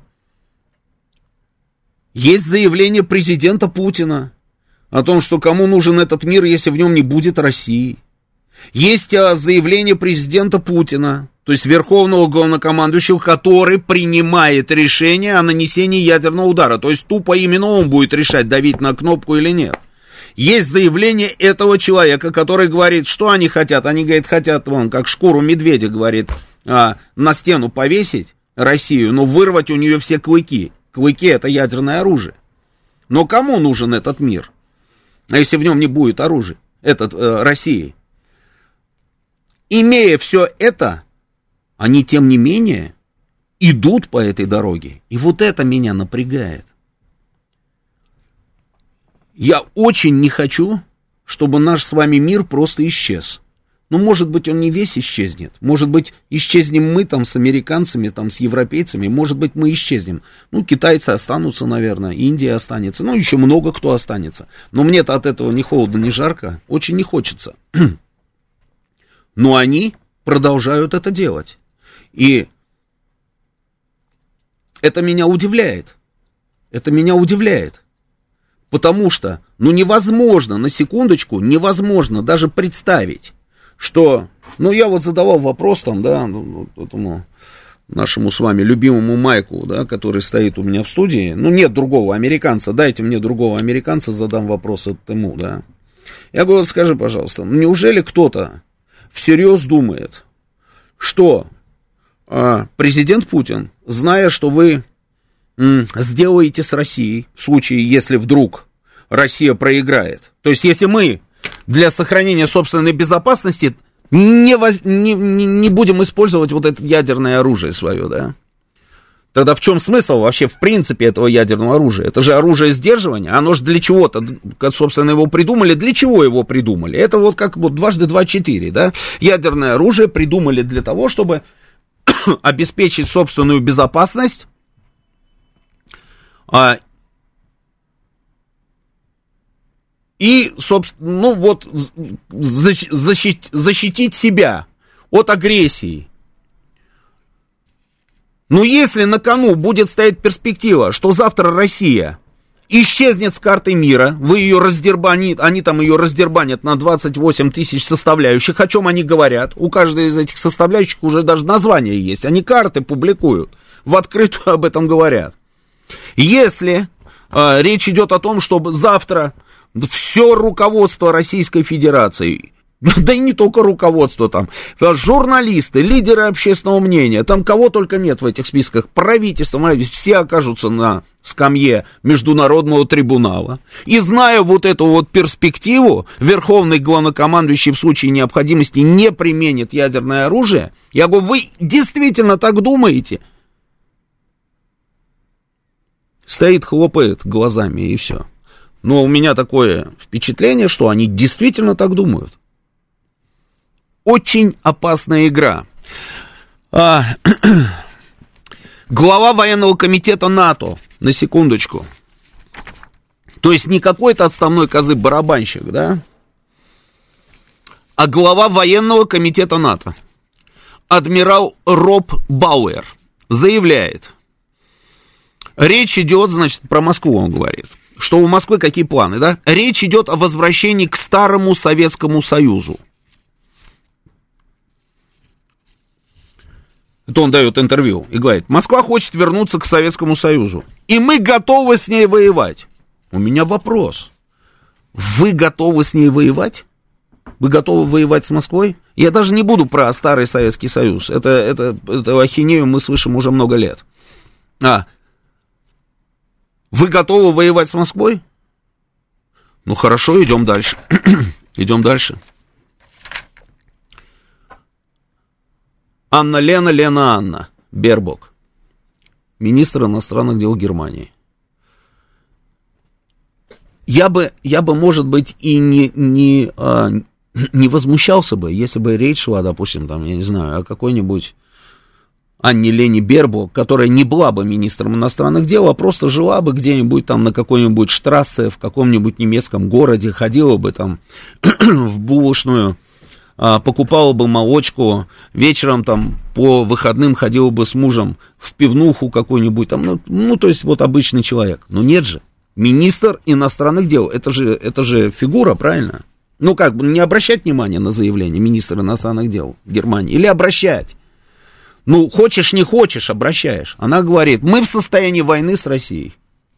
есть заявление президента Путина о том, что кому нужен этот мир, если в нем не будет России. Есть заявление президента Путина, то есть верховного главнокомандующего, который принимает решение о нанесении ядерного удара. То есть тупо именно он будет решать, давить на кнопку или нет. Есть заявление этого человека, который говорит, что они хотят. Они, говорит, хотят, вон, как шкуру медведя, говорит, а, на стену повесить Россию, но вырвать у нее все клыки. Клыки — это ядерное оружие. Но кому нужен этот мир, а если в нем не будет оружия, этот, э, России? Имея все это, они, тем не менее, идут по этой дороге. И вот это меня напрягает. Я очень не хочу, чтобы наш с вами мир просто исчез. Ну, может быть, он не весь исчезнет. Может быть, исчезнем мы там с американцами, там с европейцами. Может быть, мы исчезнем. Ну, китайцы останутся, наверное, Индия останется. Ну, еще много кто останется. Но мне-то от этого ни холодно, ни жарко. Очень не хочется. Но они продолжают это делать. И это меня удивляет. Это меня удивляет. Потому что, ну, невозможно, на секундочку, невозможно даже представить, что Ну, я вот задавал вопрос там, да, этому нашему с вами любимому Майку, да, который стоит у меня в студии. Ну, нет другого американца, дайте мне другого американца, задам вопрос ему, да. Я говорю, скажи, пожалуйста, неужели кто-то всерьез думает, что а, президент Путин, зная, что вы м, сделаете с Россией, в случае, если вдруг Россия проиграет, то есть если мы для сохранения собственной безопасности не, воз, не, не, не будем использовать вот это ядерное оружие свое, да, тогда в чем смысл вообще, в принципе, этого ядерного оружия? Это же оружие сдерживания, оно же для чего-то, собственно, его придумали. Для чего его придумали? Это вот как вот дважды два четыре, да? Ядерное оружие придумали для того, чтобы обеспечить собственную безопасность, а, и, собственно, ну вот, защитить, защитить себя от агрессии. Но если на кону будет стоять перспектива, что завтра Россия исчезнет с карты мира, вы ее раздербанит, они там ее раздербанят на двадцать восемь тысяч составляющих, о чем они говорят? У каждой из этих составляющих уже даже название есть, они карты публикуют, в открытую об этом говорят. Если э, речь идет о том, чтобы завтра все руководство Российской Федерации, да и не только руководство там, журналисты, лидеры общественного мнения, там кого только нет в этих списках, правительство, все окажутся на скамье Международного трибунала. И зная вот эту вот перспективу, верховный главнокомандующий в случае необходимости не применит ядерное оружие, я говорю, вы действительно так думаете? Стоит, хлопает глазами и все. Но у меня такое впечатление, что они действительно так думают. Очень опасная игра. А, глава военного комитета НАТО, на секундочку. То есть не какой-то отставной козы-барабанщик, да? А глава военного комитета НАТО, адмирал Роб Бауэр, заявляет. Речь идет, значит, про Москву он говорит. Что у Москвы какие планы, да? Речь идет о возвращении к старому Советскому Союзу. Это он дает интервью и говорит, Москва хочет вернуться к Советскому Союзу, и мы готовы с ней воевать. У меня вопрос. Вы готовы с ней воевать? Вы готовы воевать с Москвой? Я даже не буду про старый Советский Союз. Это, это, это ахинею мы слышим уже много лет. А, вы готовы воевать с Москвой? Ну хорошо, идем дальше. Идем дальше. Анна-Лена, Лена-Анна Бербок, министр иностранных дел Германии. Я бы, я бы, может быть, и не, не, а, не возмущался бы, если бы речь шла, допустим, там, я не знаю, о какой-нибудь Анне-Лене Бербок, которая не была бы министром иностранных дел, а просто жила бы где-нибудь там на какой-нибудь штрассе в каком-нибудь немецком городе, ходила бы там в булочную, покупала бы молочку, вечером там по выходным ходила бы с мужем в пивнуху какую-нибудь там, ну, ну, то есть вот обычный человек. Но нет же, министр иностранных дел, это же, это же фигура, правильно? Ну как бы не обращать внимания на заявление министра иностранных дел Германии, или обращать? Ну, хочешь, не хочешь, обращаешь. Она говорит, мы в состоянии войны с Россией.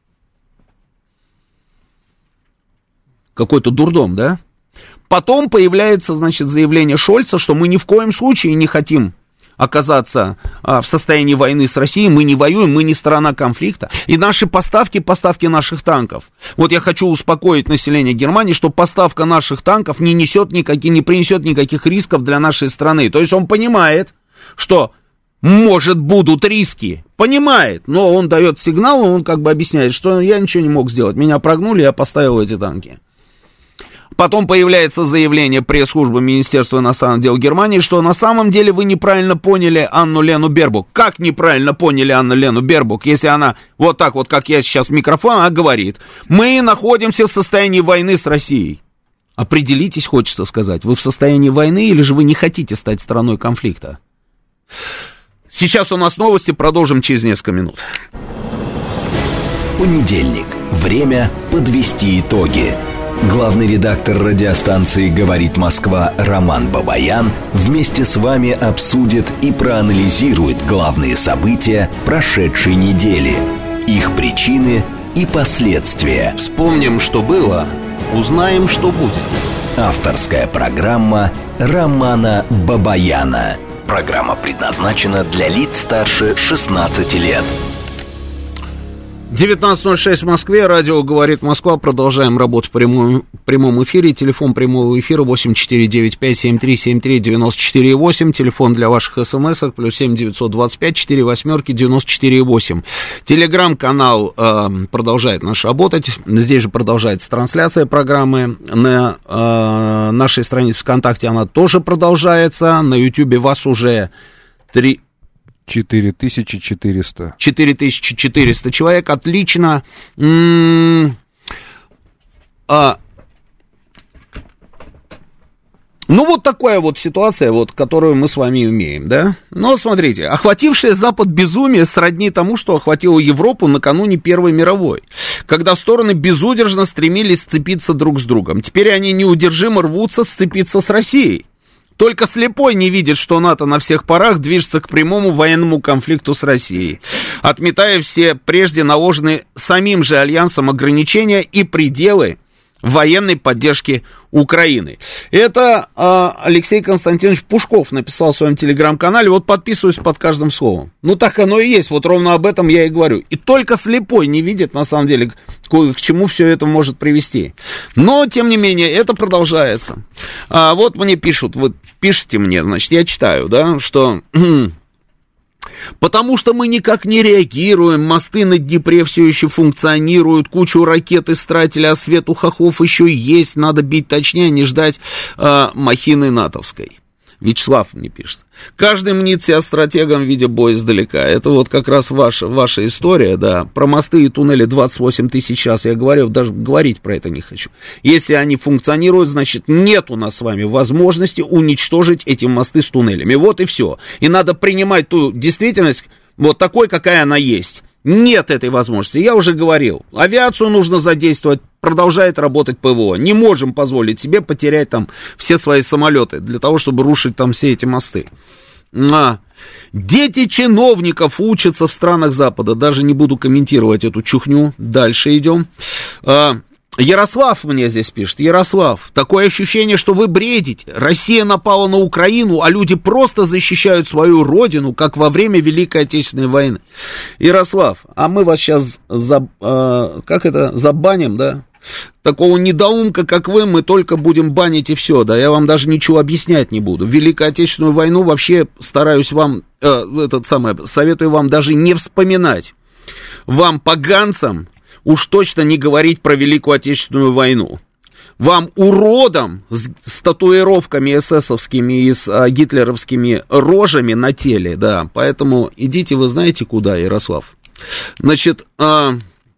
Какой-то дурдом, да? Потом появляется, значит, заявление Шольца, что мы ни в коем случае не хотим оказаться а, в состоянии войны с Россией, мы не воюем, мы не сторона конфликта. И наши поставки, поставки наших танков. Вот я хочу успокоить население Германии, что поставка наших танков не несет никаких, не принесет никаких рисков для нашей страны. То есть он понимает, что, может, будут риски. Понимает, но он дает сигнал, он как бы объясняет, что я ничего не мог сделать. Меня прогнули, я поставил эти танки. Потом появляется заявление пресс-службы Министерства иностранных дел Германии, что на самом деле вы неправильно поняли Анну-Лену Бербок. Как неправильно поняли Анну-Лену Бербок, если она вот так вот, как я сейчас в микрофон, она говорит, мы находимся в состоянии войны с Россией. Определитесь, хочется сказать, вы в состоянии войны или же вы не хотите стать стороной конфликта? Сейчас у нас новости, продолжим через несколько минут. Понедельник. Время подвести итоги. Главный редактор радиостанции «Говорит Москва» Роман Бабаян вместе с вами обсудит и проанализирует главные события прошедшей недели, их причины и последствия. Вспомним, что было, узнаем, что будет. Авторская программа Романа Бабаяна. Программа предназначена для лиц старше шестнадцати лет. девятнадцать ноль шесть в Москве, радио «Говорит Москва». Продолжаем работу в прямом, прямом эфире. Телефон прямого эфира восемь четыре девять пять семь три семь три девять четыре восемь. Телефон для ваших смс-ок плюс семь девятьсот двадцать пять четыре восьмерки девяносто четыре восемь. Телеграм-канал э, продолжает наш работать. Здесь же продолжается трансляция программы. На э, нашей странице ВКонтакте она тоже продолжается. На Ютьюбе вас уже три... четыре тысячи четыреста. четыре тысячи четыреста человек, отлично. М-м- а- ну, вот такая вот ситуация, вот, которую мы с вами имеем, да? Но, смотрите, охватившее Запад безумие сродни тому, что охватило Европу накануне Первой мировой, когда стороны безудержно стремились сцепиться друг с другом. Теперь они неудержимо рвутся сцепиться с Россией. Только слепой не видит, что НАТО на всех парах движется к прямому военному конфликту с Россией, отметая все прежде наложенные самим же альянсом ограничения и пределы военной поддержки Украины. Это э, Алексей Константинович Пушков написал в своем телеграм-канале. Вот подписываюсь под каждым словом. Ну, так оно и есть. Вот ровно об этом я и говорю. И только слепой не видит, на самом деле, к, к чему все это может привести. Но, тем не менее, это продолжается. А, вот мне пишут, вот пишите мне, значит, я читаю, да, что... Потому что мы никак не реагируем, мосты на Днепре все еще функционируют, кучу ракет истратили, а свет у хохлов еще есть, надо бить точнее, не ждать э, махины натовской. Вячеслав мне пишет. Каждый мнит себя стратегом в виде боя издалека. Это вот как раз ваша, ваша история, да. Про мосты и туннели двадцать восемь тысяч час я говорю, даже говорить про это не хочу. Если они функционируют, значит, нет у нас с вами возможности уничтожить эти мосты с туннелями. Вот и все. И надо принимать ту действительность вот такой, какая она есть. Нет этой возможности, я уже говорил. Авиацию нужно задействовать, продолжает работать ПВО. Не можем позволить себе потерять там все свои самолеты для того, чтобы рушить там все эти мосты. А. Дети чиновников учатся в странах Запада. Даже не буду комментировать эту чухню. Дальше идем. А. Ярослав мне здесь пишет. Ярослав, такое ощущение, что вы бредите. Россия напала на Украину, а люди просто защищают свою родину, как во время Великой Отечественной войны. Ярослав, а мы вас сейчас за, э, как это, забаним, да? Такого недоумка, как вы, мы только будем банить и все, да, я вам даже ничего объяснять не буду. Великую Отечественную войну вообще стараюсь вам, э, этот самый, советую вам даже не вспоминать. Вам, поганцам, уж точно не говорить про Великую Отечественную войну. Вам, уродам, с, с татуировками эсэсовскими и с а, гитлеровскими рожами на теле, да, поэтому идите вы знаете куда, Ярослав. Значит, а,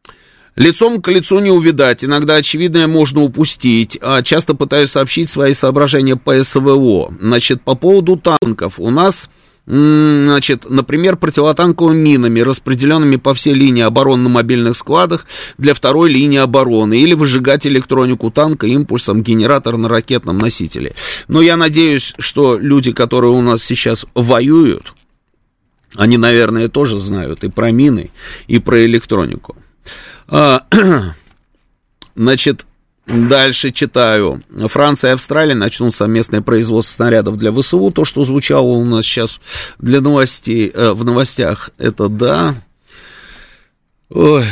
лицом к лицу не увидать, иногда очевидное можно упустить, а, часто пытаюсь сообщить свои соображения по СВО. Значит, по поводу танков, у нас... Значит, например, противотанковыми минами, распределенными по всей линии обороны на мобильных складах для второй линии обороны, или выжигать электронику танка импульсом генератора на ракетном носителе. Но я надеюсь, что люди, которые у нас сейчас воюют, они, наверное, тоже знают и про мины, и про электронику. Значит, дальше читаю. Франция и Австралия начнут совместное производство снарядов для ВСУ. То, что звучало у нас сейчас для новостей, э, в новостях, это да. Ой.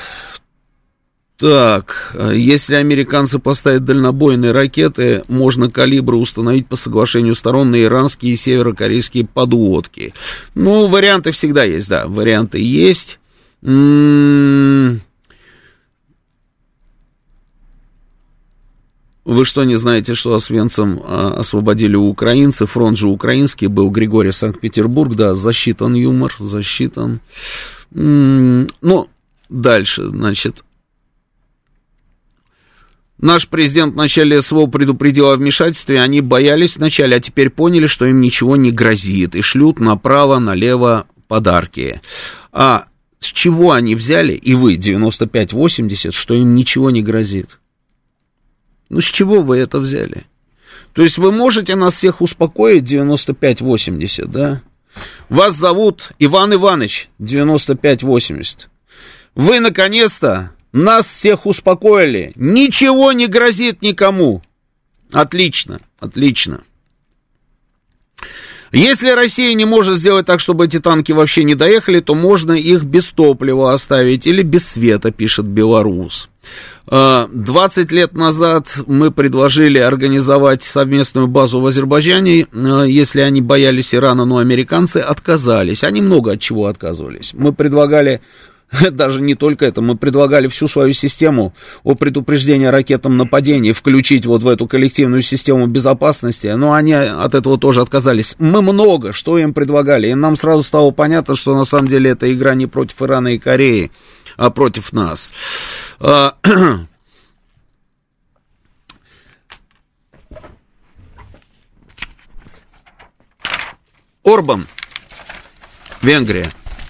Так, если американцы поставят дальнобойные ракеты, можно калибры установить по соглашению сторон на иранские и северокорейские подводки. Ну, варианты всегда есть, да, варианты есть. М-м- Вы что, не знаете, что Освенцим а, освободили украинцы? Фронт же украинский был, Григорий, Санкт-Петербург, да, засчитан юмор, засчитан. М-м, ну, дальше, значит. Наш президент в начале СВО предупредил о вмешательстве, они боялись вначале, а теперь поняли, что им ничего не грозит, и шлют направо-налево подарки. А с чего они взяли, и вы, девяносто пять восемьдесят, что им ничего не грозит? Ну, с чего вы это взяли? То есть вы можете нас всех успокоить, девяносто пять восемьдесят, да? Вас зовут Иван Иванович, девяносто пять восемьдесят. Вы, наконец-то, нас всех успокоили. Ничего не грозит никому. Отлично, отлично. Если Россия не может сделать так, чтобы эти танки вообще не доехали, то можно их без топлива оставить или без света, пишет Беларус. двадцать лет назад мы предложили организовать совместную базу в Азербайджане, если они боялись Ирана, но американцы отказались. Они много от чего отказывались. Мы предлагали... Даже не только это, мы предлагали всю свою систему о предупреждении о ракетном нападении включить вот в эту коллективную систему безопасности, но они от этого тоже отказались. Мы много что им предлагали, и нам сразу стало понятно, что на самом деле эта игра не против Ирана и Кореи, а против нас. Орбан, Венгрия.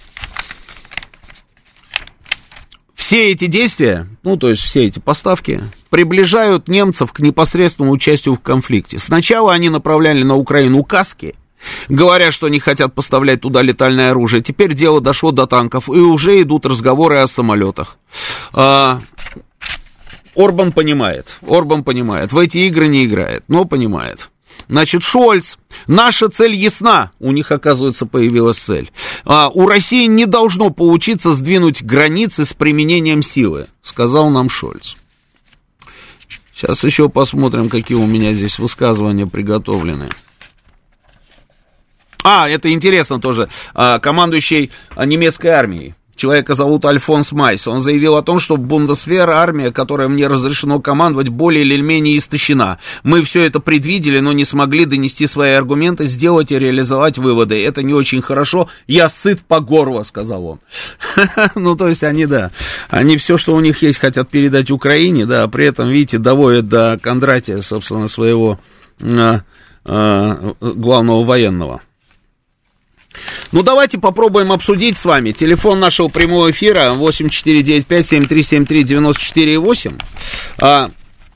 Все эти действия, ну, то есть все эти поставки, приближают немцев к непосредственному участию в конфликте. Сначала они направляли на Украину каски, говоря, что они хотят поставлять туда летальное оружие. Теперь дело дошло до танков, и уже идут разговоры о самолетах. А, Орбан понимает, Орбан понимает, в эти игры не играет, но понимает. Значит, Шольц, наша цель ясна, у них, оказывается, появилась цель. А, у России не должно получиться сдвинуть границы с применением силы, сказал нам Шольц. Сейчас еще посмотрим, какие у меня здесь высказывания приготовлены. А, это интересно тоже, а, командующий немецкой армией. Человека зовут Альфонс Майс. Он заявил о том, что Бундесвер, армия, которой мне разрешено командовать, более или менее истощена. Мы все это предвидели, но не смогли донести свои аргументы, сделать и реализовать выводы. Это не очень хорошо. Я сыт по горло, сказал он. Ну, то есть они, да, они все, что у них есть, хотят передать Украине, да, при этом, видите, доводят до Кондратия, собственно, своего главного военного. Ну, давайте попробуем обсудить с вами. Телефон нашего прямого эфира восемь четыре девять пять семь три семь три девять четыре восемь. А,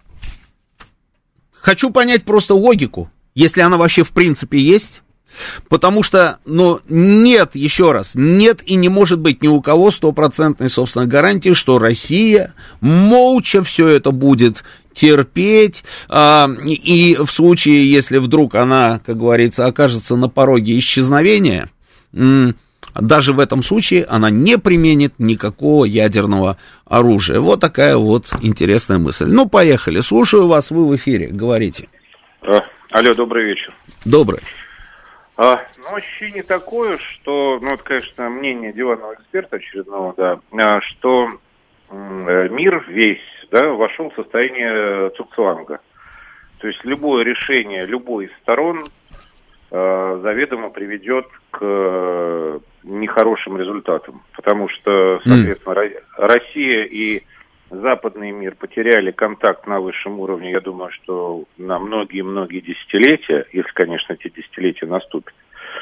хочу понять просто логику, если она вообще в принципе есть. Потому что, ну, нет, еще раз, нет и не может быть ни у кого стопроцентной, собственно, гарантии, что Россия молча все это будет терпеть, а, и в случае, если вдруг она, как говорится, окажется на пороге исчезновения, м- даже в этом случае она не применит никакого ядерного оружия. Вот такая вот интересная мысль. Ну, поехали, слушаю вас, вы в эфире, говорите. А, алло, добрый вечер. Добрый. А, ну, ощущение такое, что, ну, это, конечно, мнение диванного эксперта очередного, да, что м- мир весь, да, вошел в состояние цугцванга. То есть любое решение любой из сторон э, заведомо приведет к э, нехорошим результатам. Потому что, соответственно, mm. Россия и западный мир потеряли контакт на высшем уровне, я думаю, что на многие-многие десятилетия, если, конечно, эти десятилетия наступят.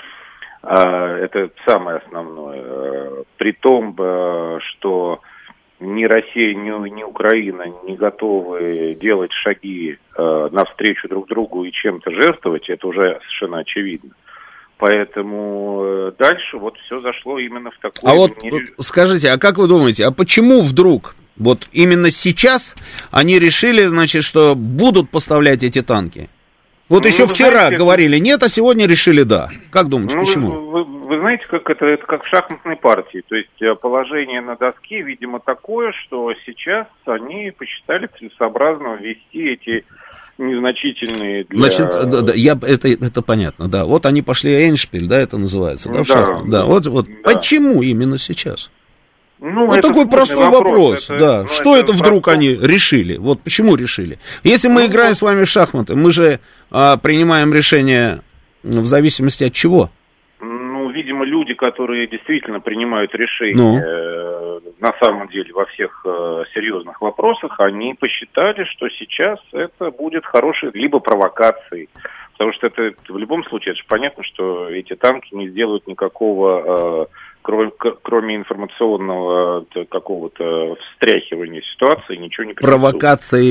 А, это самое основное. При том, что ни Россия, ни, ни Украина не готовы делать шаги э, навстречу друг другу и чем-то жертвовать, это уже совершенно очевидно. Поэтому э, дальше вот все зашло именно в такое... А вот, вот скажите, а как вы думаете, а почему вдруг, вот именно сейчас они решили, значит, что будут поставлять эти танки? Вот ну, еще вчера знаете, говорили нет, а сегодня решили да. Как думаете, ну, почему? Вы, вы, вы знаете, как это, это как в шахматной партии. То есть положение на доске, видимо, такое, что сейчас они посчитали целесообразно ввести эти незначительные для... Значит, да, да, я, это, это понятно, да. Вот они пошли эндшпиль, да, это называется, да, в да, шахмат. Да, вот, вот. Да. Почему именно сейчас? Ну, вот такой простой вопрос, вопрос это, да. Ну, что это, это вдруг простой... они решили? Вот почему решили? Если мы ну, играем вот... с вами в шахматы, мы же а, принимаем решение в зависимости от чего? Ну, видимо, люди, которые действительно принимают решения ну. э, на самом деле во всех э, серьезных вопросах, они посчитали, что сейчас это будет хорошей либо провокацией. Потому что это в любом случае, это же понятно, что эти танки не сделают никакого... Э, Кроме, кроме информационного какого-то встряхивания ситуации, ничего не принесут. Провокацией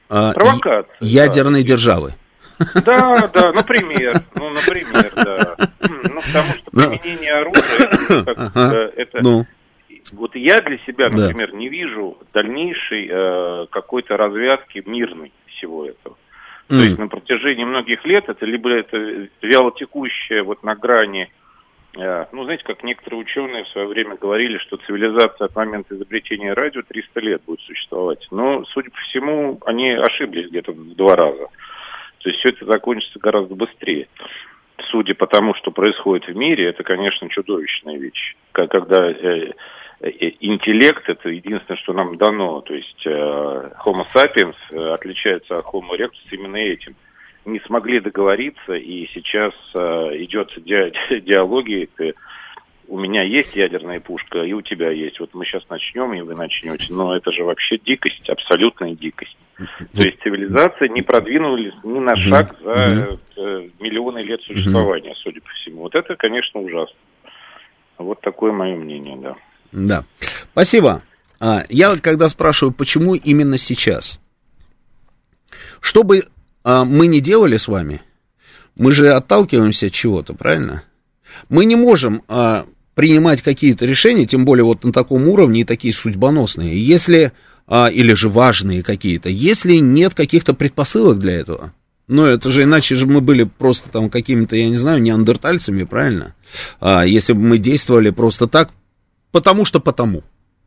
а, провокация. Ядерной да. державы. Да, да, например, ну, например, да. Ну, потому что применение оружия, это, ага. это ну. Вот я для себя, например, да. не вижу дальнейшей э, какой-то развязки мирной всего этого. Mm. То есть на протяжении многих лет это либо это вялотекущее вот на грани, э, ну, знаете, как некоторые ученые в свое время говорили, что цивилизация от момента изобретения радио триста лет будет существовать. Но, судя по всему, они ошиблись где-то в два раза. То есть все это закончится гораздо быстрее. Судя по тому, что происходит в мире, это, конечно, чудовищная вещь. Когда э, э, интеллект – это единственное, что нам дано. То есть э, Homo sapiens отличается от Homo erectus именно этим. Не смогли договориться, и сейчас э, идет ди- диалоги. Ты, у меня есть ядерная пушка, и у тебя есть. Вот мы сейчас начнем, и вы начнете. Но это же вообще дикость, абсолютная дикость. То есть цивилизация не продвинулась ни на шаг за э, миллионы лет существования, судя по всему. Вот это, конечно, ужасно. Вот такое мое мнение, да. Да. Спасибо. А, я когда спрашиваю, почему именно сейчас? Что бы а, мы ни делали с вами, мы же отталкиваемся от чего-то, правильно? Мы не можем а, принимать какие-то решения, тем более вот на таком уровне и такие судьбоносные, если... А, или же важные какие-то, если нет каких-то предпосылок для этого. Ну, это же иначе же мы были просто там какими-то, я не знаю, неандертальцами, правильно? А, если бы мы действовали просто так, потому что потому.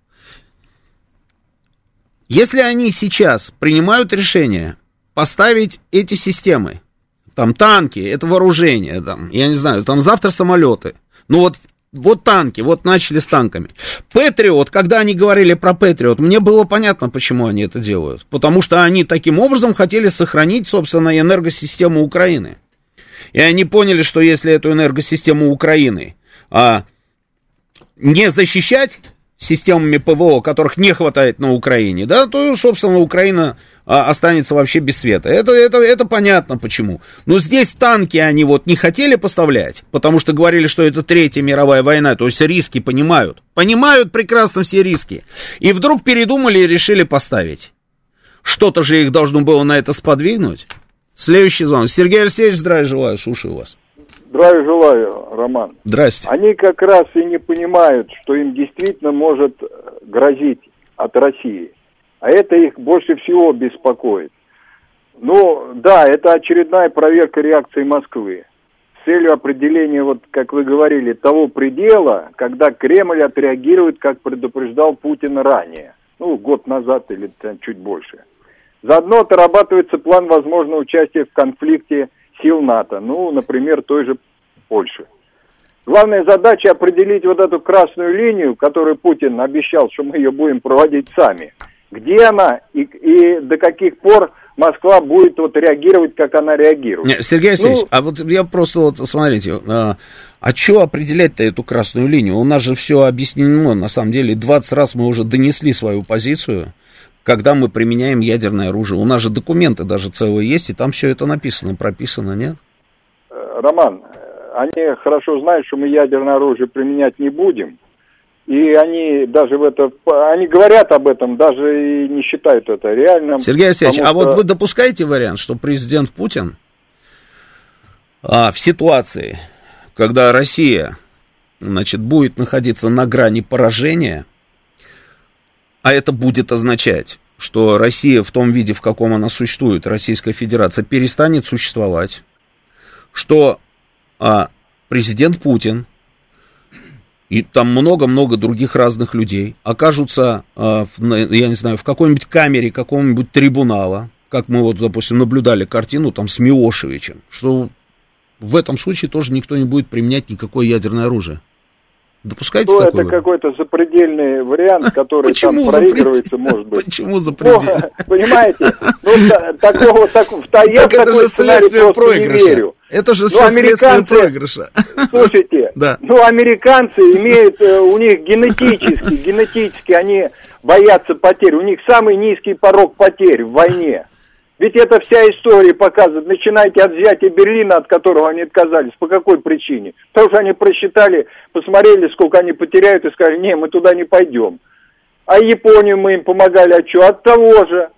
Если они сейчас принимают решение поставить эти системы, там танки, это вооружение, там, я не знаю, там завтра самолеты, ну вот Вот танки, вот начали с танками. Патриот, когда они говорили про Патриот, мне было понятно, почему они это делают. Потому что они таким образом хотели сохранить, собственно, энергосистему Украины. И они поняли, что если эту энергосистему Украины а, не защищать системами ПВО, которых не хватает на Украине, да, то, собственно, Украина а, останется вообще без света. Это, это, это понятно почему. Но здесь танки они вот не хотели поставлять, потому что говорили, что это Третья мировая война, то есть риски понимают. Понимают прекрасно все риски. И вдруг передумали и решили поставить. Что-то же их должно было на это сподвигнуть. Следующий звонок. Сергей Алексеевич, здравия желаю, слушаю вас. Здравия желаю, Роман. Здрасте. Они как раз и не понимают, что им действительно может грозить от России. А это их больше всего беспокоит. Ну, да, это очередная проверка реакции Москвы. С целью определения, вот как вы говорили, того предела, когда Кремль отреагирует, как предупреждал Путин ранее. Ну, год назад или там, чуть больше. Заодно отрабатывается план возможного участия в конфликте сил НАТО, ну, например, той же Польши. Главная задача определить вот эту красную линию, которую Путин обещал, что мы ее будем проводить сами. Где она и, и до каких пор Москва будет вот реагировать, как она реагирует. Не, Сергей Алексеевич, ну, а вот я просто вот, смотрите, а, а что определять-то эту красную линию? У нас же все объяснено, на самом деле, двадцать раз мы уже донесли свою позицию, когда мы применяем ядерное оружие. У нас же документы даже целые есть, и там все это написано, прописано, нет? Роман, они хорошо знают, что мы ядерное оружие применять не будем, и они даже в это, они говорят об этом, даже и не считают это реальным. Сергей Алексеевич, а что... вот вы допускаете вариант, что президент Путин а, в ситуации, когда Россия, значит, будет находиться на грани поражения, а это будет означать, что Россия в том виде, в каком она существует, Российская Федерация, перестанет существовать, что а, президент Путин и там много-много других разных людей окажутся, а, в, я не знаю, в какой-нибудь камере какого-нибудь трибунала, как мы вот, допустим, наблюдали картину там с Милошевичем, что в этом случае тоже никто не будет применять никакое ядерное оружие. Допускаете ну, такое? Это какой-то запредельный вариант, который там проигрывается, может быть. Почему запредельный? Понимаете? Ну, такого, я в такой сценарий просто не верю. Это же все следствие проигрыша. Слушайте, ну, американцы имеют, у них генетически, генетически они боятся потерь. У них самый низкий порог потерь в войне. Ведь это вся история показывает. Начинайте от взятия Берлина, от которого они отказались. По какой причине? Потому что они просчитали, посмотрели, сколько они потеряют, и сказали, не, мы туда не пойдем. А Японию мы им помогали, а что? От того же.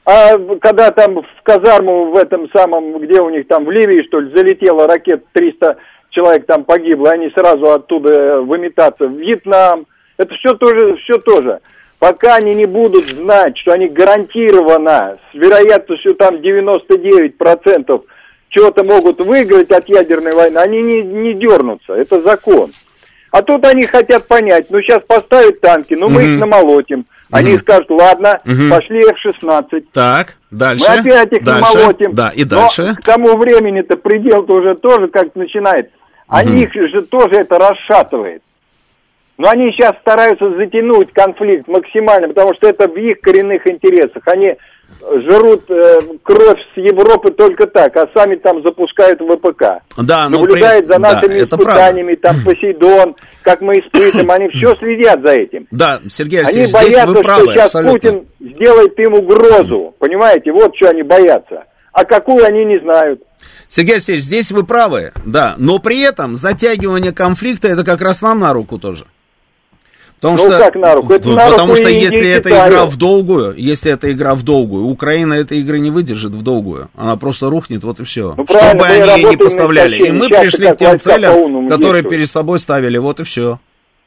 А когда там в казарму в этом самом, где у них там в Ливии, что ли, залетела ракета, триста человек там погибло, они сразу оттуда выметаться в Вьетнам. Это все тоже, все тоже. Пока они не будут знать, что они гарантированно, с вероятностью там девяносто девять процентов чего-то могут выиграть от ядерной войны, они не, не дернутся. Это закон. А тут они хотят понять, ну сейчас поставят танки, ну мы mm-hmm. их намолотим. Они mm-hmm. скажут, ладно, mm-hmm. пошли эф шестнадцать. Так, дальше. Мы опять их дальше. намолотим. Да, и дальше. Но к тому времени-то предел-то уже тоже как-то начинает. Они mm-hmm. их же тоже это расшатывает. Но они сейчас стараются затянуть конфликт максимально, потому что это в их коренных интересах. Они жрут э, кровь с Европы только так, а сами там запускают ВПК. Да, наблюдают при... за нашими да, испытаниями, там Посейдон, как мы испытываем, они все следят за этим. Да, Сергей Алексеевич, они боятся, здесь вы правы, что сейчас абсолютно. Путин сделает им угрозу, понимаете, вот что они боятся. А какую они не знают. Сергей Алексеевич, здесь вы правы, да, но при этом затягивание конфликта это как раз нам на руку тоже. Потому ну что, как на руку? Это на потому руку что и если и это Китаю. игра в долгую, если это игра в долгую, Украина этой игры не выдержит в долгую, она просто рухнет, вот и все. Ну, что бы они ей не поставляли. И мы пришли к тем целям, которые перед собой ставили, вот и все.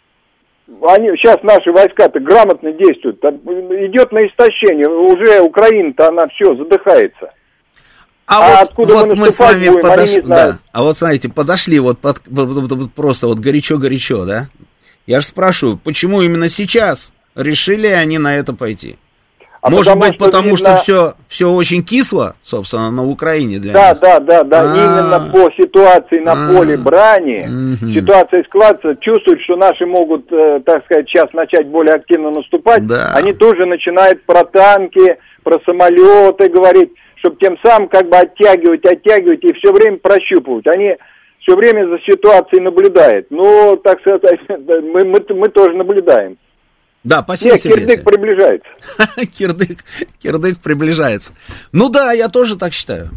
Они, сейчас наши войска-то грамотно действуют, идет на истощение, уже Украина-то она все задыхается. А, а вот, откуда вот мы, мы с вами будем, подошли, да. А вот смотрите, подошли вот, под, вот, вот, вот просто вот горячо-горячо, да? Я же спрашиваю, почему именно сейчас решили они на это пойти? А Может потому, быть, что потому видно... что все, все очень кисло, собственно, на Украине для да, них? Да, да, да, да. Именно по ситуации на А-а-а. поле брани, угу. ситуация складывается, чувствуют, что наши могут, э, так сказать, сейчас начать более активно наступать. Да. Они тоже начинают про танки, про самолеты говорить, чтобы тем самым как бы оттягивать, оттягивать и все время прощупывать. Они все время за ситуацией наблюдают. Ну, так сказать, мы, мы, мы тоже наблюдаем. Да, спасибо, Нет, Сергей. кирдык приближается. кирдык, кирдык приближается. Ну да, я тоже так считаю.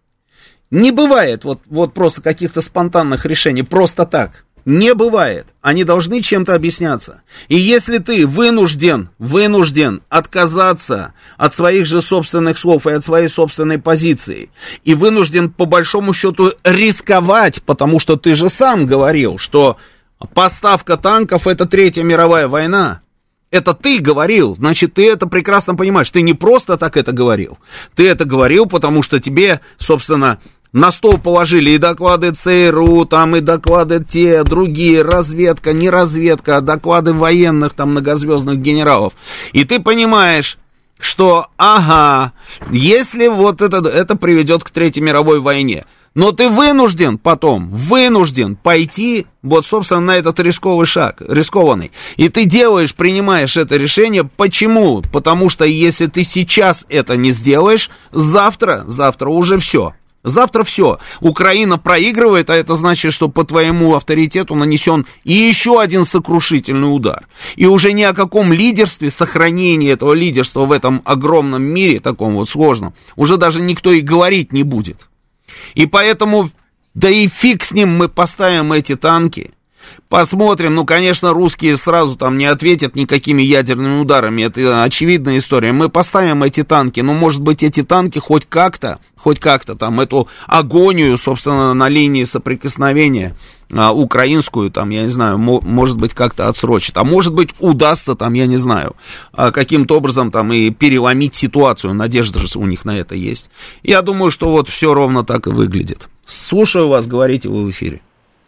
Не бывает вот, вот просто каких-то спонтанных решений, просто так. Не бывает. Они должны чем-то объясняться. И если ты вынужден, вынужден отказаться от своих же собственных слов и от своей собственной позиции, и вынужден по большому счету рисковать, потому что ты же сам говорил, что поставка танков — это Третья мировая война. Это ты говорил, значит, ты это прекрасно понимаешь. Ты не просто так это говорил. Ты это говорил, потому что тебе, собственно, на стол положили и доклады ЦРУ, там и доклады те, другие, разведка, не разведка, а доклады военных, там, многозвездных генералов. И ты понимаешь, что, ага, если вот это, это приведет к Третьей мировой войне, но ты вынужден потом, вынужден пойти, вот, собственно, на этот рисковый шаг, рискованный. И ты делаешь, принимаешь это решение. Почему? Потому что если ты сейчас это не сделаешь, завтра, завтра уже все. Завтра все. Украина проигрывает, а это значит, что по твоему авторитету нанесен и еще один сокрушительный удар. И уже ни о каком лидерстве, сохранении этого лидерства в этом огромном мире, таком вот сложном, уже даже никто и говорить не будет. И поэтому, да и фиг с ним, мы поставим эти танки. Посмотрим, ну, конечно, русские сразу там не ответят никакими ядерными ударами, это очевидная история. Мы поставим эти танки, но, может быть, эти танки хоть как-то, хоть как-то там эту агонию, собственно, на линии соприкосновения а, украинскую, там, я не знаю, мо- может быть, как-то отсрочит. А может быть, удастся, там, я не знаю, а, каким-то образом там и переломить ситуацию. Надежда же у них на это есть. Я думаю, что вот все ровно так и выглядит. Слушаю вас, говорите вы в эфире.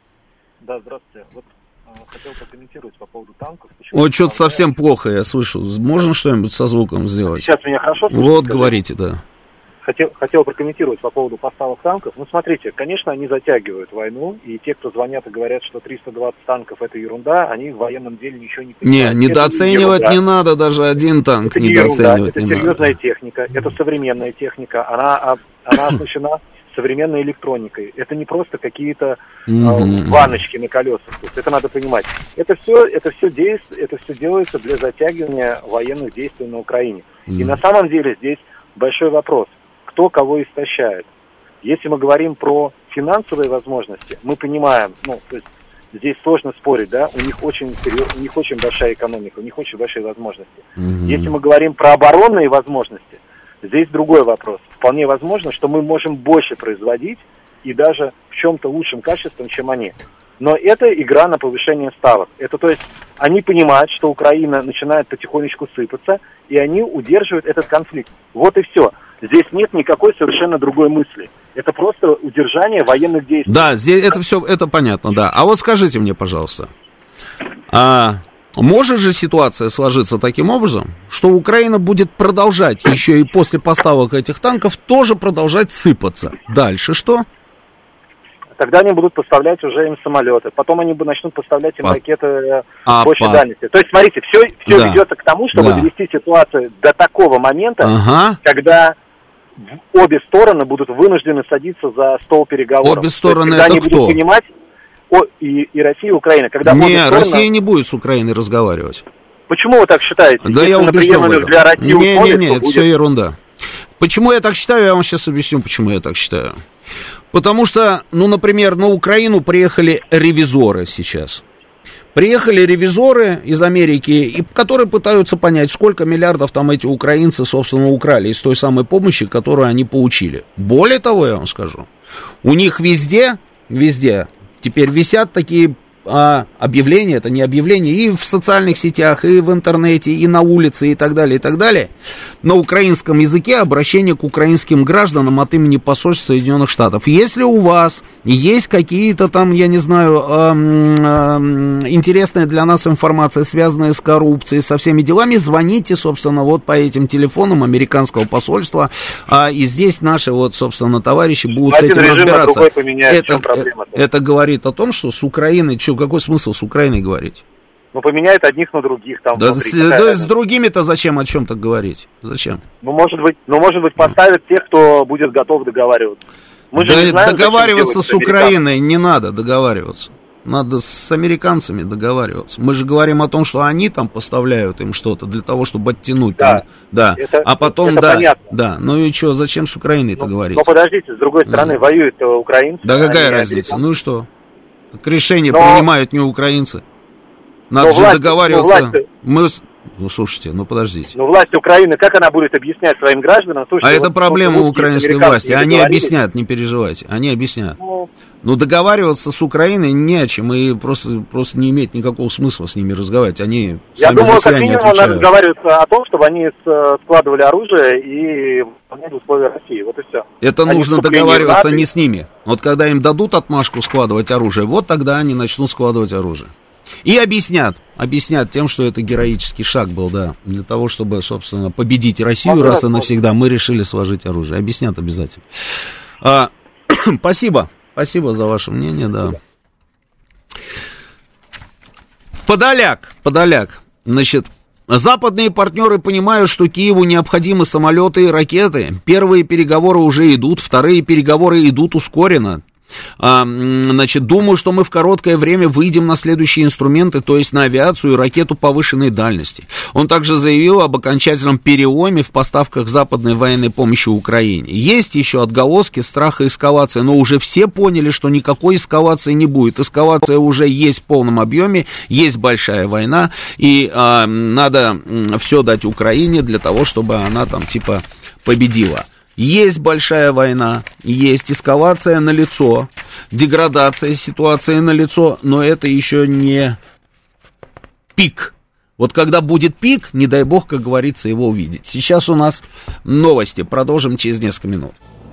Да, здравствуйте. Вот э, хотел прокомментировать по поводу танков. Почему Ой, что-то совсем плохо я слышу. Можно что-нибудь со звуком сделать? Сейчас меня хорошо слышно? Вот, говорите, да. Хотел, хотел прокомментировать по поводу поставок танков. Ну, смотрите, конечно, они затягивают войну, и те, кто звонят и говорят, что триста двадцать танков — это ерунда, они в военном деле ничего не понимают. Не, недооценивать не, не надо, даже один танк это недооценивать не, не это надо. Это серьезная техника, это современная техника, она, она оснащена современной электроникой. Это не просто какие-то mm-hmm. э, ванночки на колесах. То есть это надо понимать. Это все, это все действие, это все делается для затягивания военных действий на Украине. Mm-hmm. И на самом деле здесь большой вопрос: кто кого истощает. Если мы говорим про финансовые возможности, мы понимаем, ну, то есть здесь сложно спорить, да, у них очень у них очень большая экономика, у них очень большие возможности. Mm-hmm. Если мы говорим про оборонные возможности, Здесь другой вопрос. Вполне возможно, что мы можем больше производить и даже в чем-то лучшим качеством, чем они. Но это игра на повышение ставок. Это, то есть, они понимают, что Украина начинает потихонечку сыпаться, и они удерживают этот конфликт. Вот и все. Здесь нет никакой совершенно другой мысли. Это просто удержание военных действий. Да, здесь это все, это понятно, да. А вот скажите мне, пожалуйста, а может же ситуация сложиться таким образом, что Украина будет продолжать еще и после поставок этих танков тоже продолжать сыпаться? Дальше что? Тогда они будут поставлять уже им самолеты. Потом они начнут поставлять им а, ракеты а, большей по... дальности. То есть, смотрите, все, все да. ведется к тому, чтобы да. довести ситуацию до такого момента, ага. когда обе стороны будут вынуждены садиться за стол переговоров. Обе стороны есть, когда это они кто? будут понимать, о, и, и Россия, и Украина. Когда не, обе стороны... Россия не будет с Украиной разговаривать. Почему вы так считаете? Да, Если я убежден в этом. для России не, условий, не, не, это будет... все ерунда. Почему я так считаю, я вам сейчас объясню, почему я так считаю. Потому что, ну, например, на Украину приехали ревизоры сейчас. Приехали ревизоры из Америки, и, которые пытаются понять, сколько миллиардов там эти украинцы, собственно, украли из той самой помощи, которую они получили. Более того, я вам скажу, у них везде, везде теперь висят такие а, объявления, это не объявления, и в социальных сетях, и в интернете, и на улице, и так далее, и так далее, на украинском языке обращение к украинским гражданам от имени посольства Соединенных Штатов. Если у вас есть какие-то там, я не знаю, эм, эм, интересная для нас информация, связанная с коррупцией, со всеми делами, звоните, собственно, вот по этим телефонам американского посольства, а, и здесь наши вот, собственно, товарищи будут Один с этим разбираться. Это, это говорит о том, что с Украиной, что, какой смысл с Украиной говорить? Ну, поменяют одних на других там да внутри. С, да с другими-то зачем о чем-то говорить? Зачем? Ну, может быть, ну, может быть, поставят тех, кто будет готов договариваться. Мы да, же не знаем, договариваться с Украиной не надо договариваться. Надо с американцами договариваться. Мы же говорим о том, что они там поставляют им что-то для того, чтобы оттянуть. Да, там, да. Это, а потом, это да, понятно. да. Ну и что, зачем с Украиной-то но, говорить? Но подождите, с другой стороны, mm. воюют украинцы. Да какая разница? Ну и что? Так решение но... принимают не украинцы. Надо но же власть, договариваться. Власть... Мы... Ну, слушайте, ну подождите. Ну, власть Украины, как она будет объяснять своим гражданам? Слушайте, а вот, это проблема вот, украинской власти. Они объяснят, не переживайте. Они объяснят. Ну, Но договариваться с Украиной не о чем, и просто, просто не имеет никакого смысла с ними разговаривать. Они я сами думаю, за себя как не минимум отвечают. надо разговаривать о том, чтобы они складывали оружие и выполняли условия России. Вот и все. Это они нужно договариваться не с ними. Вот когда им дадут отмашку складывать оружие, вот тогда они начнут складывать оружие. И объяснят, объяснят тем, что это героический шаг был, да, для того, чтобы, собственно, победить Россию вот раз и вот. навсегда. Мы решили сложить оружие. Объяснят обязательно. А, спасибо. Спасибо за ваше мнение, да. Подоляк, Подоляк. Значит, западные партнеры понимают, что Киеву необходимы самолеты и ракеты. Первые переговоры уже идут, вторые переговоры идут ускоренно. А, значит, думаю, что мы в короткое время выйдем на следующие инструменты, то есть на авиацию и ракету повышенной дальности. Он также заявил об окончательном переломе в поставках западной военной помощи Украине. Есть еще отголоски страха эскалации, но уже все поняли, что никакой эскалации не будет. Эскалация уже есть в полном объеме, есть большая война, и а, надо все дать Украине для того, чтобы она там типа победила. Есть большая война, есть эскалация налицо, деградация ситуации налицо, но это еще не пик. Вот когда будет пик, не дай бог, как говорится, его увидеть. Сейчас у нас новости, продолжим через несколько минут.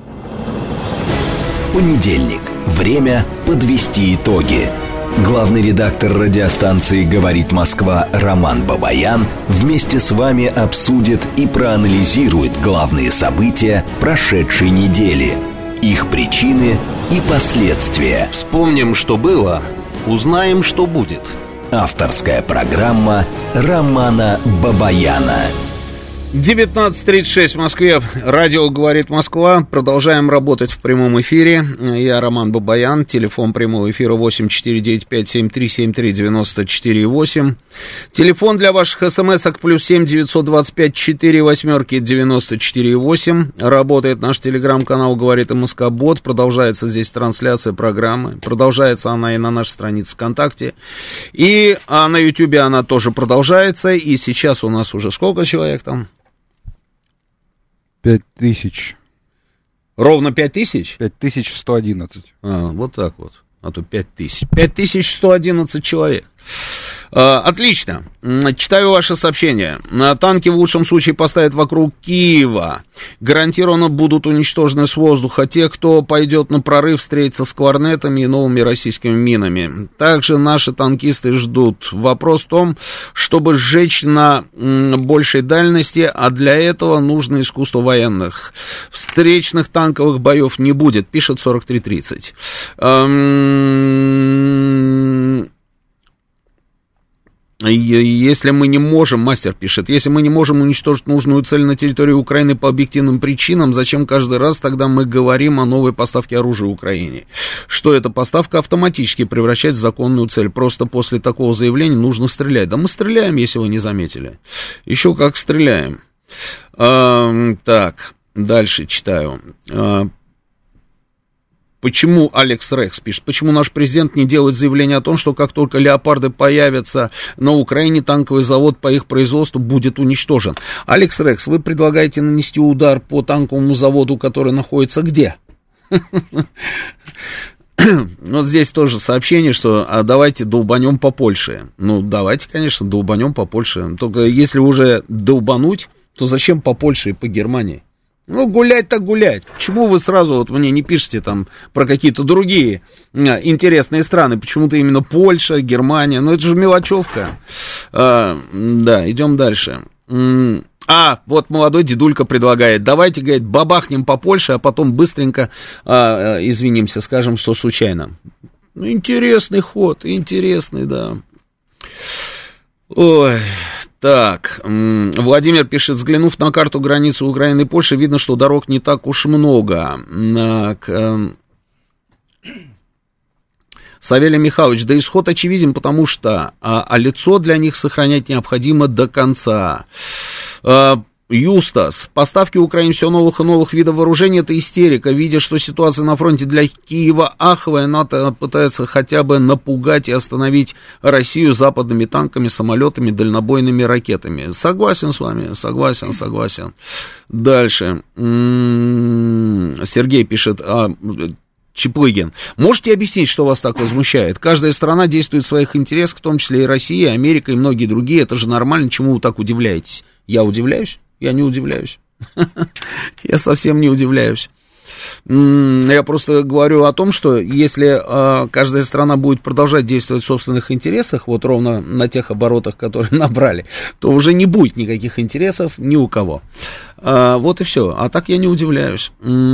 Понедельник. Время подвести итоги. Главный редактор радиостанции «Говорит Москва» Роман Бабаян вместе с вами обсудит и проанализирует главные события прошедшей недели, их причины и последствия. Вспомним, что было, узнаем, что будет. Авторская программа Романа Бабаяна. девятнадцать тридцать шесть в Москве. Радио «Говорит Москва». Продолжаем работать в прямом эфире. Я Роман Бабаян. Телефон прямого эфира восемь четыре девять пять семь три семь три девять четыре восемь. Телефон для ваших смс-ок плюс семь девятьсот двадцать пять четыре восьмерки девяносто четыре восемь. Работает наш телеграм-канал «Говорит МСК Бот». Продолжается здесь трансляция программы. Продолжается она и на нашей странице ВКонтакте. И а на Ютубе она тоже продолжается. И сейчас у нас уже сколько человек там? Пять тысяч. Ровно пять тысяч? Пять тысяч сто одиннадцать. А, вот так вот. А то пять тысяч. Пять тысяч сто одиннадцать человек. А, отлично. Читаю ваше сообщение. Танки в лучшем случае поставят вокруг Киева. Гарантированно будут уничтожены с воздуха. Те, кто пойдет на прорыв, встретятся с кварнетами и новыми российскими минами. Также наши танкисты ждут. Вопрос в том, чтобы сжечь на большей дальности, а для этого нужно искусство военных. Встречных танковых боев не будет, пишет сорок три тридцать. Если мы не можем, мастер пишет, если мы не можем уничтожить нужную цель на территории Украины по объективным причинам, зачем каждый раз тогда мы говорим о новой поставке оружия Украине? Что эта поставка автоматически превращает в законную цель? Просто после такого заявления нужно стрелять. Да мы стреляем, если вы не заметили. Еще как стреляем. А, так, дальше читаю. А, Почему, Алекс Рекс пишет, почему наш президент не делает заявление о том, что как только леопарды появятся на Украине, танковый завод по их производству будет уничтожен? Алекс Рекс, вы предлагаете нанести удар по танковому заводу, который находится где? Вот здесь тоже сообщение, что а давайте долбанем по Польше. Ну, давайте, конечно, долбанем по Польше. Только если уже долбануть, то зачем по Польше и по Германии? Ну, гулять так гулять. Почему вы сразу вот мне не пишете там про какие-то другие а, интересные страны? Почему-то именно Польша, Германия. Ну, это же мелочевка. А, да, идем дальше. А, вот молодой дедулька предлагает. Давайте, говорит, бабахнем по Польше, а потом быстренько а, извинимся, скажем, что случайно. Ну, интересный ход, интересный, да. Ой... Так, Владимир пишет, взглянув на карту границы Украины и Польши, видно, что дорог не так уж много. Так, Савелий Михайлович, да исход очевиден, потому что а, а лицо для них сохранять необходимо до конца. А, Юстас, поставки Украине все новых и новых видов вооружений — это истерика. Видя, что ситуация на фронте для Киева аховая, НАТО пытается хотя бы напугать и остановить Россию западными танками, самолетами, дальнобойными ракетами. Согласен с вами, согласен, согласен. Дальше. М-м-м, Сергей пишет... А, Чеплыгин. Можете объяснить, что вас так возмущает? Каждая страна действует в своих интересах, в том числе и Россия, Америка и многие другие. Это же нормально, чему вы так удивляетесь? Я удивляюсь? Я не удивляюсь. Я совсем не удивляюсь. Я просто говорю о том, что если каждая страна будет продолжать действовать в собственных интересах, вот ровно на тех оборотах, которые набрали, то уже не будет никаких интересов ни у кого. Вот и все. А так я не удивляюсь.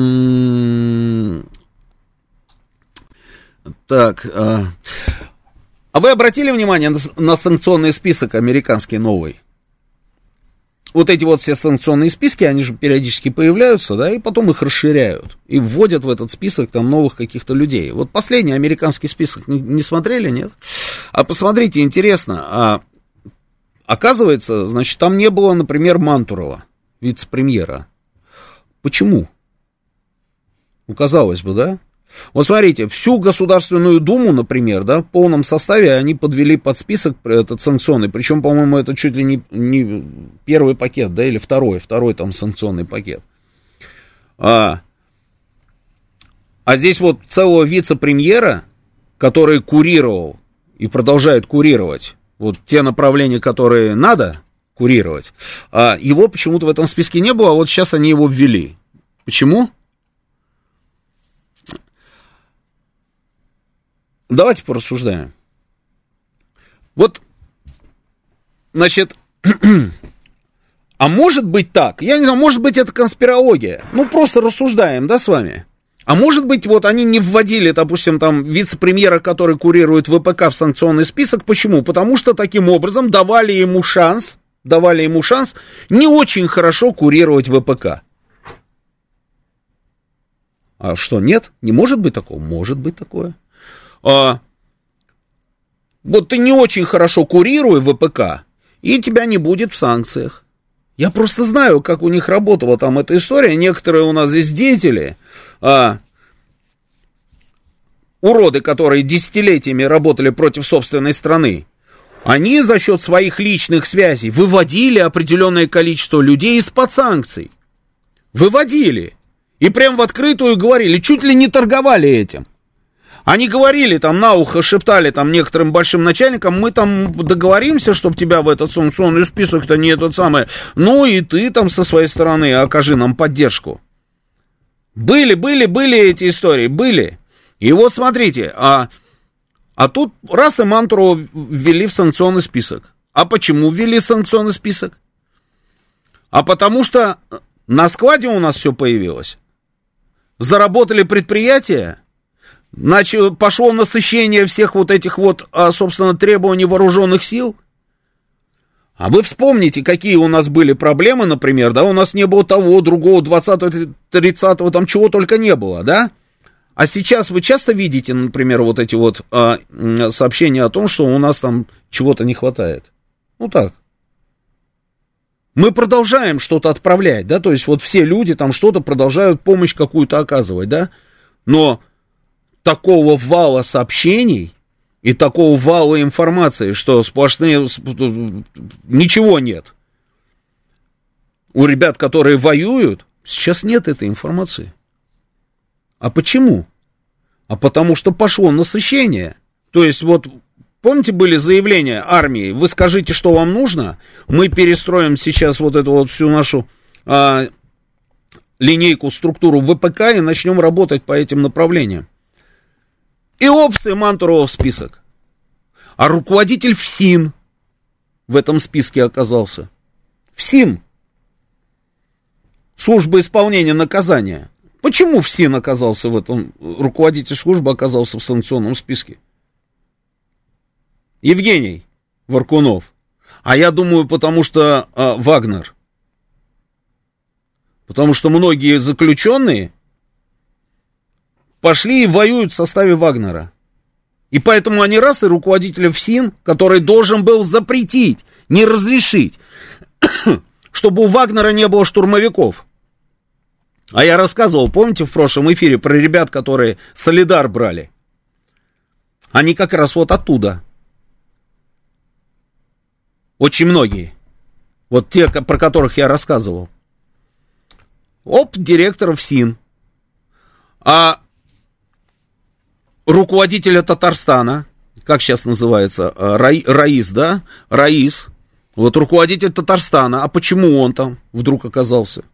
Так, а, а вы обратили внимание на, на санкционный список американский новый? Вот эти вот все санкционные списки, они же периодически появляются, да, и потом их расширяют, и вводят в этот список там новых каких-то людей. Вот последний американский список не, не смотрели, нет? А посмотрите, интересно, а, оказывается, значит, там не было, например, Мантурова, вице-премьера. Почему? Ну, казалось бы, да? Вот смотрите, всю Государственную Думу, например, да, в полном составе они подвели под список этот санкционный, причем, по-моему, это чуть ли не, не первый пакет, да, или второй, второй там санкционный пакет. А, а здесь вот целого вице-премьера, который курировал и продолжает курировать вот те направления, которые надо курировать, а его почему-то в этом списке не было, а вот сейчас они его ввели. Почему? Давайте порассуждаем. Вот, значит, а может быть так, я не знаю, может быть это конспирология, ну просто рассуждаем, да, с вами. А может быть, вот они не вводили, допустим, там вице-премьера, который курирует ВПК в санкционный список, почему? Потому что таким образом давали ему шанс, давали ему шанс не очень хорошо курировать ВПК. А что, нет? Не может быть такого? Может быть такое. А, вот ты не очень хорошо курируй ВПК, и тебя не будет в санкциях. Я просто знаю, как у них работала там эта история. Некоторые у нас здесь деятели, а, уроды, которые десятилетиями работали против собственной страны, они за счет своих личных связей выводили определенное количество людей из-под санкций. Выводили. И прям в открытую говорили, чуть ли не торговали этим. Они говорили, там, на ухо шептали там некоторым большим начальникам, мы там договоримся, чтобы тебя в этот санкционный список-то не тот самый, ну и ты там со своей стороны окажи нам поддержку. Были, были, были эти истории, были. И вот смотрите, а, а тут раз и Мантурову ввели в санкционный список. А почему ввели в санкционный список? А потому что на складе у нас все появилось. Заработали предприятия, начало, пошло насыщение всех вот этих вот, собственно, требований вооруженных сил. А вы вспомните, какие у нас были проблемы, например, да, у нас не было того, другого, двадцатого, тридцатого, там чего только не было, да? А сейчас вы часто видите, например, вот эти вот а, сообщения о том, что у нас там чего-то не хватает? Ну так. Мы продолжаем что-то отправлять, да, то есть вот все люди там что-то продолжают помощь какую-то оказывать, да, но такого вала сообщений и такого вала информации, что сплошные, ничего нет. У ребят, которые воюют, сейчас нет этой информации. А почему? А потому что пошло насыщение. То есть вот, помните, были заявления армии, вы скажите, что вам нужно, мы перестроим сейчас вот эту вот всю нашу а, линейку, структуру ВПК и начнем работать по этим направлениям. И опции Мантурова в список. А руководитель ФСИН в этом списке оказался. ФСИН. Служба исполнения наказания. Почему ФСИН оказался в этом, руководитель службы оказался в санкционном списке? Евгений Варкунов. А я думаю, потому что а, Вагнер. Потому что многие заключенные пошли и воюют в составе Вагнера. И поэтому они раз и руководителя ФСИН, который должен был запретить, не разрешить, чтобы у Вагнера не было штурмовиков. А я рассказывал, помните, в прошлом эфире про ребят, которые Солидар брали? Они как раз вот оттуда. Очень многие. Вот те, про которых я рассказывал. Оп, директор ФСИН. А руководителя Татарстана, как сейчас называется, Раи, Раис, да? Раис. Вот руководитель Татарстана. А почему он там вдруг оказался?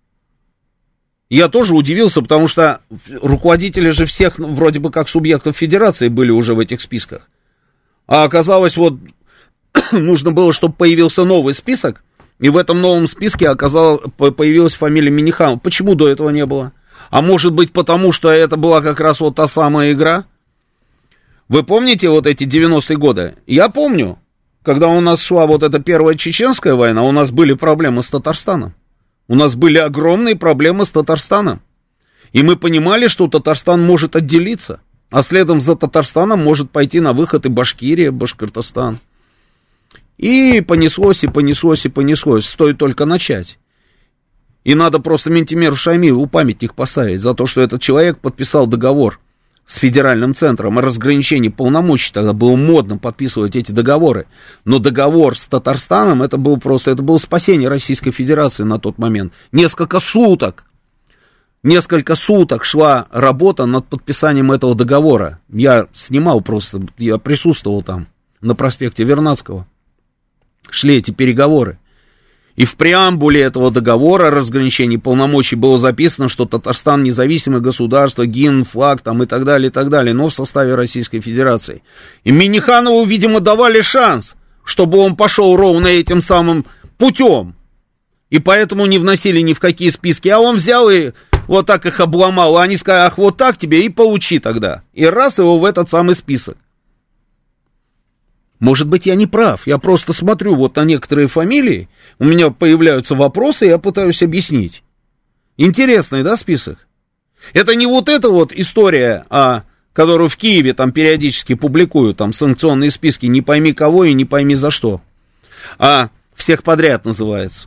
Я тоже удивился, потому что руководители же всех, вроде бы как субъектов федерации были уже в этих списках. А оказалось, вот, нужно было, чтобы появился новый список, и в этом новом списке оказалось, появилась фамилия Минниханова. Почему до этого не было? А может быть, потому что это была как раз вот та самая игра? Вы помните вот эти девяностые годы? Я помню, когда у нас шла вот эта первая чеченская война, у нас были проблемы с Татарстаном. У нас были огромные проблемы с Татарстаном. И мы понимали, что Татарстан может отделиться. А следом за Татарстаном может пойти на выход и Башкирия, Башкортостан. И понеслось, и понеслось, и понеслось. Стоит только начать. И надо просто Ментимеру Шаймиеву памятник поставить за то, что этот человек подписал договор с федеральным центром о разграничении полномочий. Тогда было модно подписывать эти договоры. Но договор с Татарстаном, это было просто, это было спасение Российской Федерации на тот момент. Несколько суток, несколько суток шла работа над подписанием этого договора. Я снимал просто, я присутствовал там, на проспекте Вернадского. Шли эти переговоры. И в преамбуле этого договора о разграничении полномочий было записано, что Татарстан независимое государство, гимн, флаг там и так далее, и так далее, но в составе Российской Федерации. И Минниханову, видимо, давали шанс, чтобы он пошел ровно этим самым путем. И поэтому не вносили ни в какие списки. А он взял и вот так их обломал. А они сказали, ах, вот так тебе и получи тогда. И раз его в этот самый список. Может быть, я не прав, я просто смотрю вот на некоторые фамилии, у меня появляются вопросы, я пытаюсь объяснить. Интересный, да, список? Это не вот эта вот история, а, которую в Киеве там периодически публикуют, там санкционные списки, не пойми кого и не пойми за что, а всех подряд называется.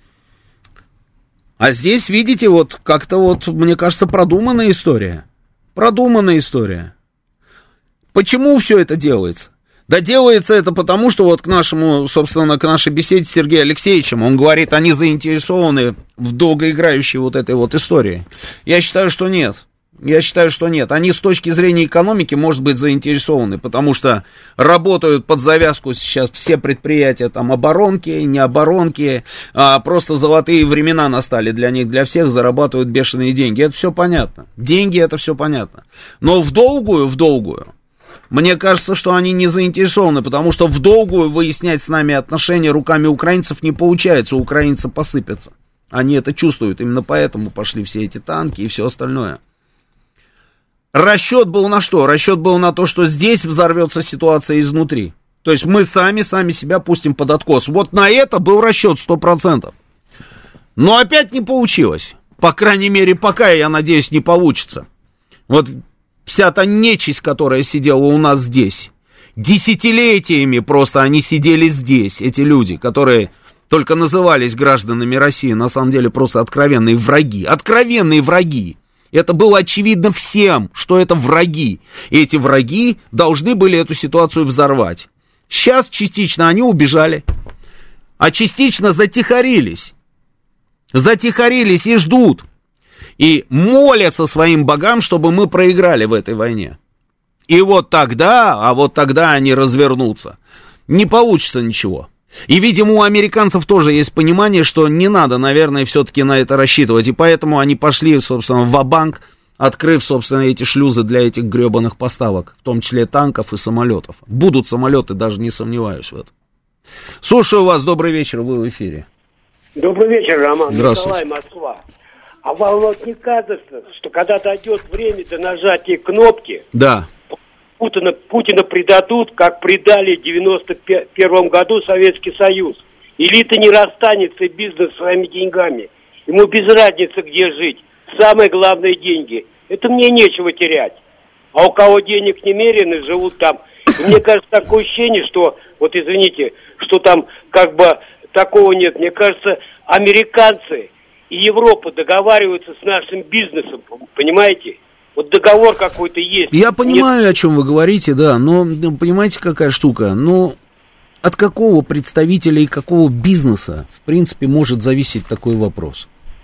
А здесь, видите, вот как-то вот, мне кажется, продуманная история, продуманная история. Почему все это делается? Да делается это потому, что вот к нашему, собственно, к нашей беседе с Сергеем Алексеевичем, он говорит, они заинтересованы в долгоиграющей вот этой вот истории. Я считаю, что нет. Я считаю, что нет. Они с точки зрения экономики, может быть, заинтересованы, потому что работают под завязку сейчас все предприятия, там, оборонки, не оборонки, а просто золотые времена настали для них, для всех, зарабатывают бешеные деньги. Это все понятно. Деньги, это все понятно. Но в долгую, в долгую, мне кажется, что они не заинтересованы, потому что в долгую выяснять с нами отношения руками украинцев не получается, украинцы посыпятся. Они это чувствуют, именно поэтому пошли все эти танки и все остальное. Расчет был на что? Расчет был на то, что здесь взорвется ситуация изнутри. То есть мы сами, сами себя пустим под откос. Вот на это был расчет сто процентов. Но опять не получилось. По крайней мере, пока, я надеюсь, не получится. Вот вся та нечисть, которая сидела у нас здесь. Десятилетиями просто они сидели здесь, эти люди, которые только назывались гражданами России, на самом деле просто откровенные враги. Откровенные враги. Это было очевидно всем, что это враги. И эти враги должны были эту ситуацию взорвать. Сейчас частично они убежали, а частично затихарились. Затихарились и ждут. И молятся своим богам, чтобы мы проиграли в этой войне. И вот тогда, а вот тогда они развернутся. Не получится ничего. И, видимо, у американцев тоже есть понимание, что не надо, наверное, все-таки на это рассчитывать. И поэтому они пошли, собственно, ва-банк, открыв, собственно, эти шлюзы для этих гребаных поставок, в том числе танков и самолетов. Будут самолеты, даже не сомневаюсь в этом. Слушаю вас, добрый вечер, вы в эфире. Добрый вечер, Роман. Здравствуйте. Николай, Москва. А вам вот не кажется, что когда дойдет время до нажатия кнопки... Да. Путина, Путина предадут, как предали в девяносто первом году Советский Союз. Элита не расстанется, и бизнес своими деньгами. Ему без разницы, где жить. Самое главное – деньги. Это мне нечего терять. А у кого денег немерено, живут там. И мне кажется, такое ощущение, что, вот извините, что там как бы такого нет. Мне кажется, американцы и Европа договариваются с нашим бизнесом, понимаете? Вот договор какой-то есть. Я понимаю, Нет. о чем вы говорите, да, но понимаете, какая штука? Ну, от какого представителя и какого бизнеса, в принципе, может зависеть такой вопрос?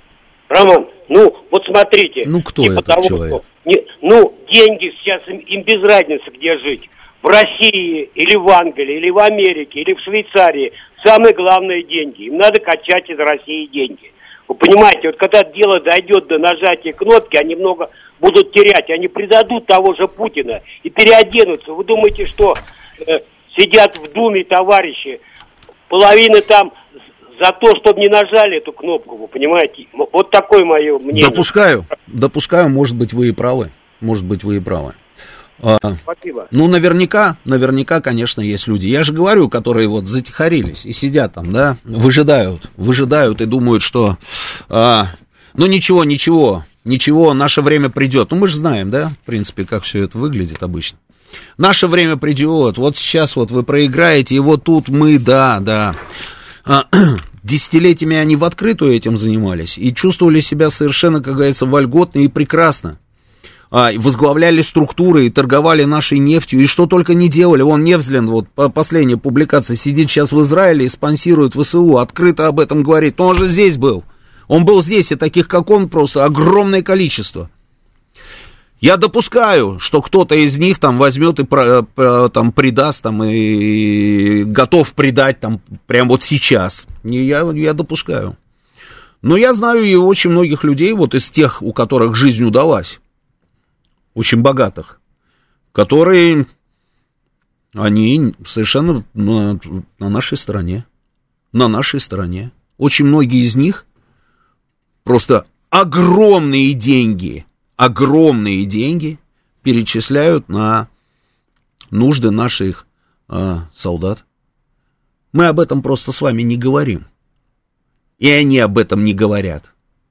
Роман, ну, вот смотрите. Ну, кто типа этот того, человек? Что, не, ну, деньги сейчас им, им без разницы, где жить. В России, или в Англии, или в Америке, или в Швейцарии. Самое главное – деньги. Им надо качать из России деньги. Вы понимаете, вот когда дело дойдет до нажатия кнопки, они много будут терять. Они предадут того же Путина и переоденутся. Вы думаете, что э, сидят в Думе товарищи, половина там за то, чтобы не нажали эту кнопку, вы понимаете? Вот такое мое мнение. Допускаю, допускаю, может быть, вы и правы. Может быть, вы и правы. А, Спасибо. Ну, наверняка, наверняка, конечно, есть люди. Я же говорю, которые вот затихарились и сидят там, да, выжидают, выжидают и думают, что, а, ну, ничего, ничего, ничего, наше время придет. Ну, мы же знаем, да, в принципе, как все это выглядит обычно. Наше время придет, вот сейчас вот вы проиграете, и вот тут мы, да, да. А, десятилетиями они в открытую этим занимались и чувствовали себя совершенно, как говорится, вольготно и прекрасно. Возглавляли структуры и торговали нашей нефтью, и что только не делали. Вон Невзлин, вот последняя публикация, сидит сейчас в Израиле и спонсирует ВСУ, открыто об этом говорит. Но он же здесь был. Он был здесь, и таких, как он, просто огромное количество. Я допускаю, что кто-то из них там возьмет и там предаст, там, и готов предать там прямо вот сейчас. И я, я допускаю. Но я знаю и очень многих людей, вот из тех, у которых жизнь удалась, очень богатых, которые, они совершенно на, на нашей стороне, на нашей стороне. Очень многие из них просто огромные деньги, огромные деньги перечисляют на нужды наших э, солдат. Мы об этом просто с вами не говорим. И они об этом не говорят.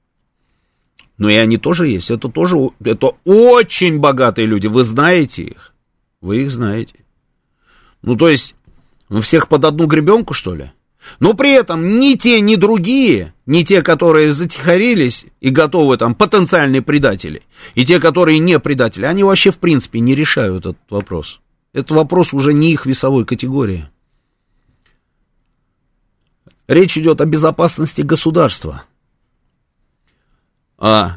Но и они тоже есть. Это тоже, это очень богатые люди. Вы знаете их. Вы их знаете. Ну, то есть, всех под одну гребенку, что ли? Но при этом ни те, ни другие, ни те, которые затихарились и готовы, там, потенциальные предатели, и те, которые не предатели, они вообще, в принципе, не решают этот вопрос. Это вопрос уже не их весовой категории. Речь идет о безопасности государства. А,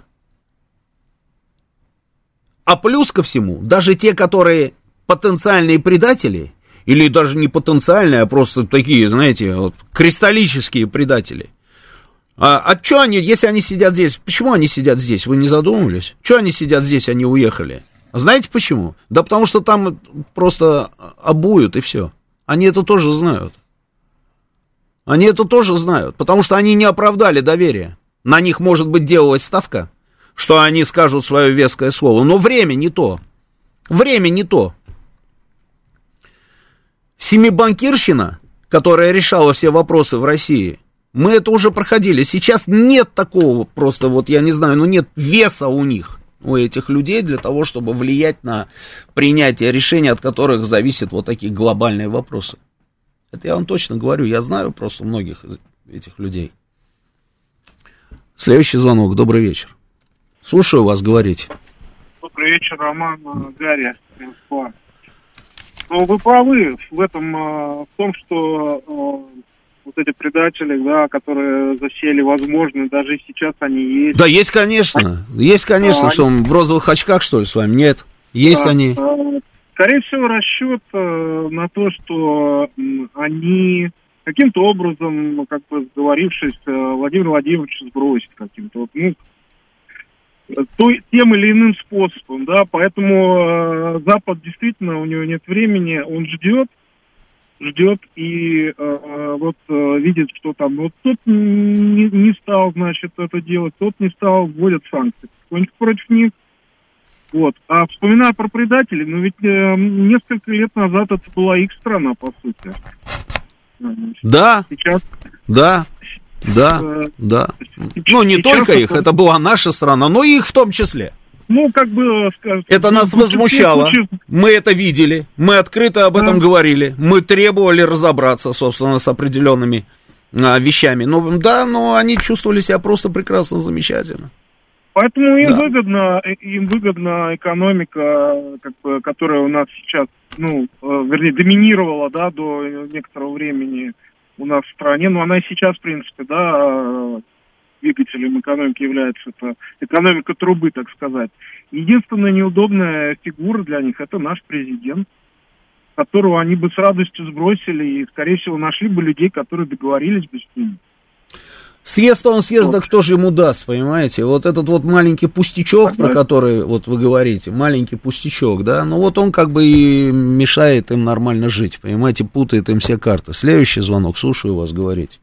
а плюс ко всему, даже те, которые потенциальные предатели, или даже не потенциальные, а просто такие, знаете, вот, кристаллические предатели. А, а что они, если они сидят здесь, почему они сидят здесь, вы не задумывались? Что они сидят здесь, они уехали? Знаете почему? Да потому что там просто обуют и все. Они это тоже знают. Они это тоже знают, потому что они не оправдали доверие. На них, может быть, делалась ставка, что они скажут свое веское слово. Но время не то. Время не то. Семибанкирщина, которая решала все вопросы в России, мы это уже проходили. Сейчас нет такого просто, вот я не знаю, ну нет веса у них, у этих людей для того, чтобы влиять на принятие решений, от которых зависят вот такие глобальные вопросы. Это я вам точно говорю, я знаю просто многих этих людей. Следующий звонок, добрый вечер. Слушаю вас, говорите. Добрый вечер, Роман, Гарри, Москва. Ну, вы правы в этом, в том, что вот эти предатели, да, которые засели, возможно, даже и сейчас они есть. Да, есть, конечно, есть, конечно, а, что он в розовых очках, что ли, с вами? Нет, есть да, они. Скорее всего, расчет на то, что они каким-то образом, как бы сговорившись, Владимир Владимирович сбросит каким-то, вот, ну, то, тем или иным способом, да, поэтому э, Запад действительно, у него нет времени, он ждет, ждет и э, вот э, видит, что там, вот тот не, не стал, значит, это делать, тот не стал, вводят санкции потихоньку против них, вот, а вспоминая про предателей, ну ведь э, несколько лет назад это была их страна, по сути. Значит, да, сейчас... да. Да, э, да. Ну, не только их, это была наша страна, но и их в том числе. Ну, как бы, скажем... Это нас возмущало, мы это видели, мы открыто об этом говорили, мы требовали разобраться, собственно, с определенными а, вещами. Ну, да, но они чувствовали себя просто прекрасно, замечательно. Поэтому им да. выгодно, им выгодна экономика, как бы, которая у нас сейчас, ну, вернее, доминировала, да, до некоторого времени у нас в стране, но она и сейчас, в принципе, да, двигателем экономики является это экономика трубы, так сказать. Единственная неудобная фигура для них — это наш президент, которого они бы с радостью сбросили и, скорее всего, нашли бы людей, которые договорились бы с ним. Съезд он съезд, да кто же ему даст, понимаете? Вот этот вот маленький пустячок, про который вот вы говорите, маленький пустячок, да, ну вот он как бы и мешает им нормально жить, понимаете, путает им все карты. Следующий звонок, слушаю вас, говорите.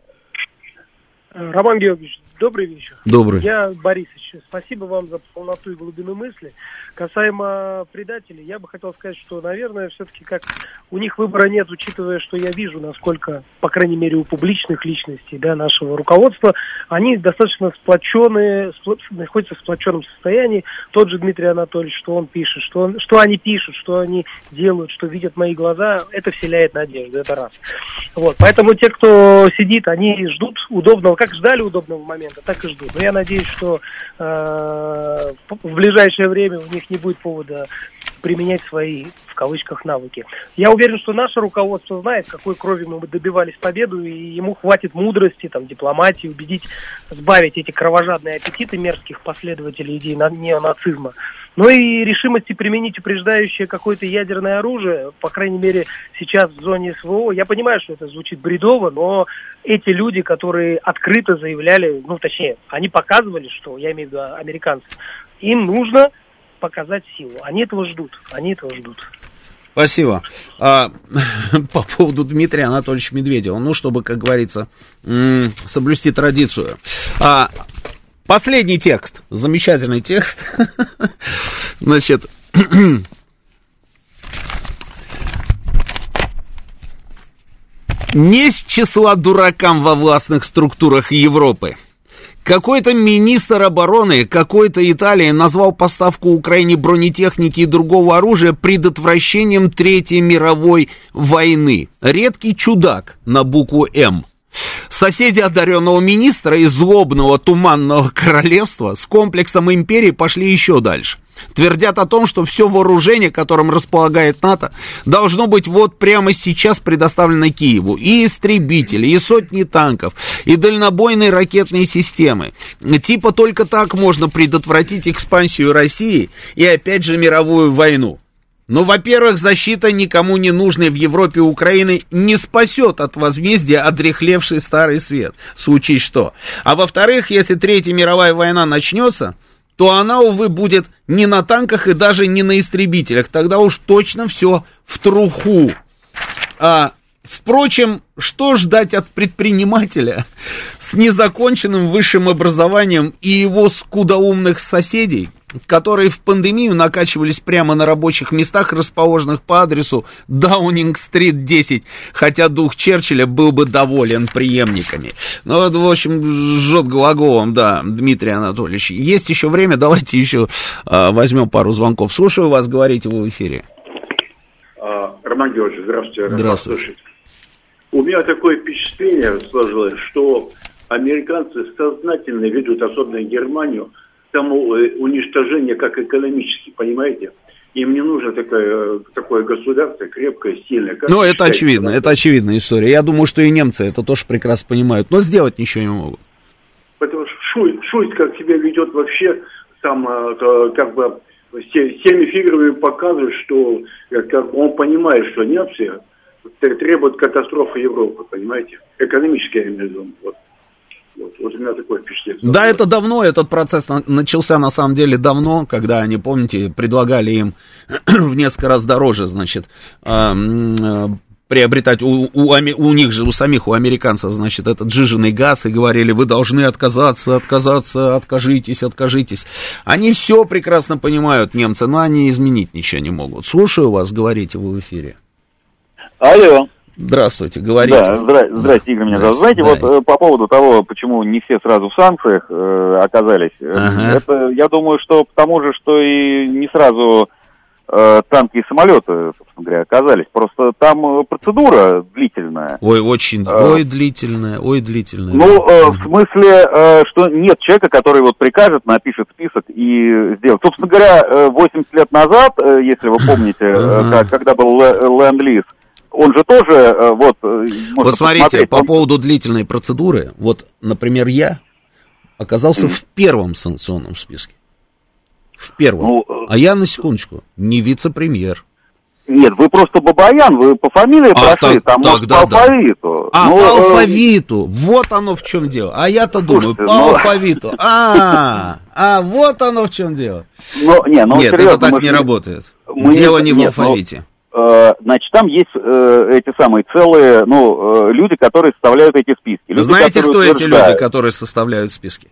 Роман Георгиевич, добрый вечер. Добрый. Я Борисович, спасибо вам за полноту и глубину мысли. Касаемо предателей, я бы хотел сказать, что, наверное, все-таки как у них выбора нет, учитывая, что я вижу, насколько, по крайней мере, у публичных личностей, да, нашего руководства, они достаточно сплоченные, находятся в сплоченном состоянии. Тот же Дмитрий Анатольевич, что он пишет, что, он, что они пишут, что они делают, что видят мои глаза, это вселяет надежду, это раз. Вот, поэтому те, кто сидит, они ждут удобного, как ждали удобного момента, так и ждут. Но я надеюсь, что э, в ближайшее время у них не будет повода применять свои, в кавычках, навыки. Я уверен, что наше руководство знает, какой кровью мы добивались победу, и ему хватит мудрости, там, дипломатии, убедить, сбавить эти кровожадные аппетиты мерзких последователей идей неонацизма. Но и решимости применить упреждающее какое-то ядерное оружие, по крайней мере, сейчас в зоне СВО. Я понимаю, что это звучит бредово, но эти люди, которые открыто заявляли, ну, точнее, они показывали, что, я имею в виду американцы, им нужно показать силу. Они этого ждут. Они этого ждут. Спасибо. А, по поводу Дмитрия Анатольевича Медведева, ну, чтобы, как говорится, м- соблюсти традицию. А, последний текст, замечательный текст. Значит, не с числа дуракам во властных структурах Европы. Какой-то министр обороны какой-то Италии назвал поставку Украине бронетехники и другого оружия предотвращением Третьей мировой войны. Редкий чудак на букву «М». Соседи одаренного министра из злобного туманного королевства с комплексом империи пошли еще дальше. Твердят о том, что все вооружение, которым располагает НАТО, должно быть вот прямо сейчас предоставлено Киеву. И истребители, и сотни танков, и дальнобойные ракетные системы. Типа только так можно предотвратить экспансию России и опять же мировую войну. Но, во-первых, защита никому не нужной в Европе Украины не спасет от возмездия одряхлевший старый свет, случись что. А во-вторых, если Третья мировая война начнется, то она, увы, будет не на танках и даже не на истребителях. Тогда уж точно все в труху. А, впрочем, что ждать от предпринимателя с незаконченным высшим образованием и его скудоумных соседей, которые в пандемию накачивались прямо на рабочих местах, расположенных по адресу Даунинг-стрит десять, хотя дух Черчилля был бы доволен преемниками. Ну вот, в общем, жжет глаголом, да, Дмитрий Анатольевич. Есть еще время, давайте еще а, возьмем пару звонков. Слушаю вас, говорите вы в эфире. А, Роман Георгиевич, здравствуйте. Здравствуйте. У меня такое впечатление сложилось, что американцы сознательно ведут, особенно Германию, тому уничтожение как экономически, понимаете? Им не нужно такое, такое государство крепкое, сильное. Ну, это очевидно, это очевидная история. Я думаю, что и немцы это тоже прекрасно понимают, но сделать ничего не могут. Потому что Шульц, Шульц как себя ведет вообще, сам как бы всеми фигурами показывает, что как, он понимает, что немцы требуют катастрофы Европы, понимаете? Экономически, я имею в виду. Вот. Вот, вот у меня такое впечатление. Да, это давно, этот процесс начался на самом деле давно, когда они, помните, предлагали им в несколько раз дороже, значит, приобретать у, у, у них же, у самих, у американцев, значит, этот жиженый газ, и говорили, вы должны отказаться, отказаться, откажитесь, откажитесь. Они все прекрасно понимают, немцы, но они изменить ничего не могут. Слушаю вас, говорите вы в эфире. Алло. Здравствуйте, говорите. Да, здра- здрасте, Игорь, меня зовут. Знаете, да. вот по поводу того, почему не все сразу в санкциях э, оказались, ага. это, я думаю, что потому же, что и не сразу э, танки и самолеты, собственно говоря, оказались. Просто там процедура длительная. Ой, очень, э, ой, длительная, ой, длительная. Ну, э, в смысле, э, что нет человека, который вот прикажет, напишет список и сделает. Собственно говоря, восемьдесят лет назад, э, если вы помните, ага. э, когда был ленд-лиз, он же тоже, вот... Вот смотрите, по он... поводу длительной процедуры, вот, например, я оказался mm. в первом санкционном списке. В первом. Ну, а я, на секундочку, не вице-премьер. Нет, вы просто Бабаян, вы по фамилии а, прошли, так, там, так, может, да, по алфавиту. А, ну, по алфавиту, вот оно в чем дело. А я-то думаю, слушайте, по ну... алфавиту. А, а, вот оно в чем дело. Ну, не, ну, Нет, серьезно, это так мы... не работает. Мы... Дело не Нет, в алфавите. Ну... Значит, там есть э, эти самые целые, ну, э, люди, которые составляют эти списки. Люди, знаете, кто утверждают... эти люди, которые составляют списки?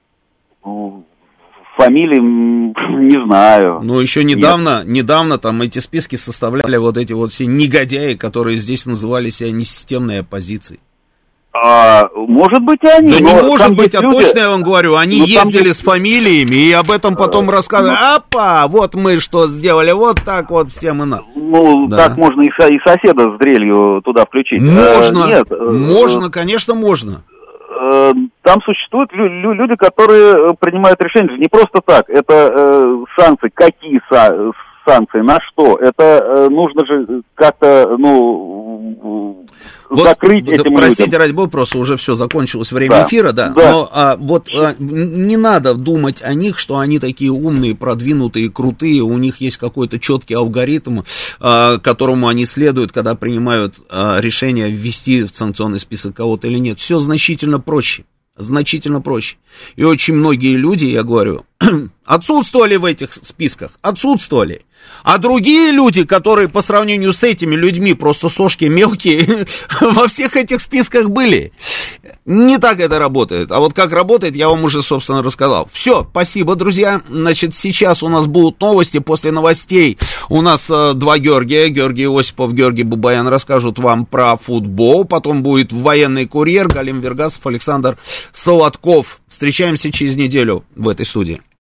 Фамилии не знаю. Ну, еще недавно, недавно там эти списки составляли вот эти вот все негодяи, которые здесь называли себя несистемной оппозицией. А, может быть, они. Да не может быть, а люди... точно я вам говорю, они но ездили есть... с фамилиями и об этом потом а, рассказывали. Ну... Апа, вот мы что сделали, вот так вот всем и на. Ну, да. Так можно и, со- и соседа с дрелью туда включить. Можно, а, нет, можно, э, конечно, можно. Э, там существуют лю- лю- люди, которые принимают решения не просто так. Это э, санкции, какие са- санкции, на что? Это э, нужно же как-то, ну... Вот, закрыть этим простите, людям. ради бога, просто уже все, закончилось время да. эфира, да, да. но а, вот а, не надо думать о них, что они такие умные, продвинутые, крутые, у них есть какой-то четкий алгоритм, а, которому они следуют, когда принимают а, решение ввести в санкционный список кого-то или нет. Все значительно проще, значительно проще. И очень многие люди, я говорю, отсутствовали в этих списках, отсутствовали. А другие люди, которые по сравнению с этими людьми просто сошки мелкие, во всех этих списках были. Не так это работает. А вот как работает, я вам уже, собственно, рассказал. Все, спасибо, друзья. Значит, сейчас у нас будут новости. После новостей у нас э, два Георгия. Георгий Осипов, Георгий Бабаян расскажут вам про футбол. Потом будет военный курьер Галим Вергасов, Александр Солодков. Встречаемся через неделю в этой студии.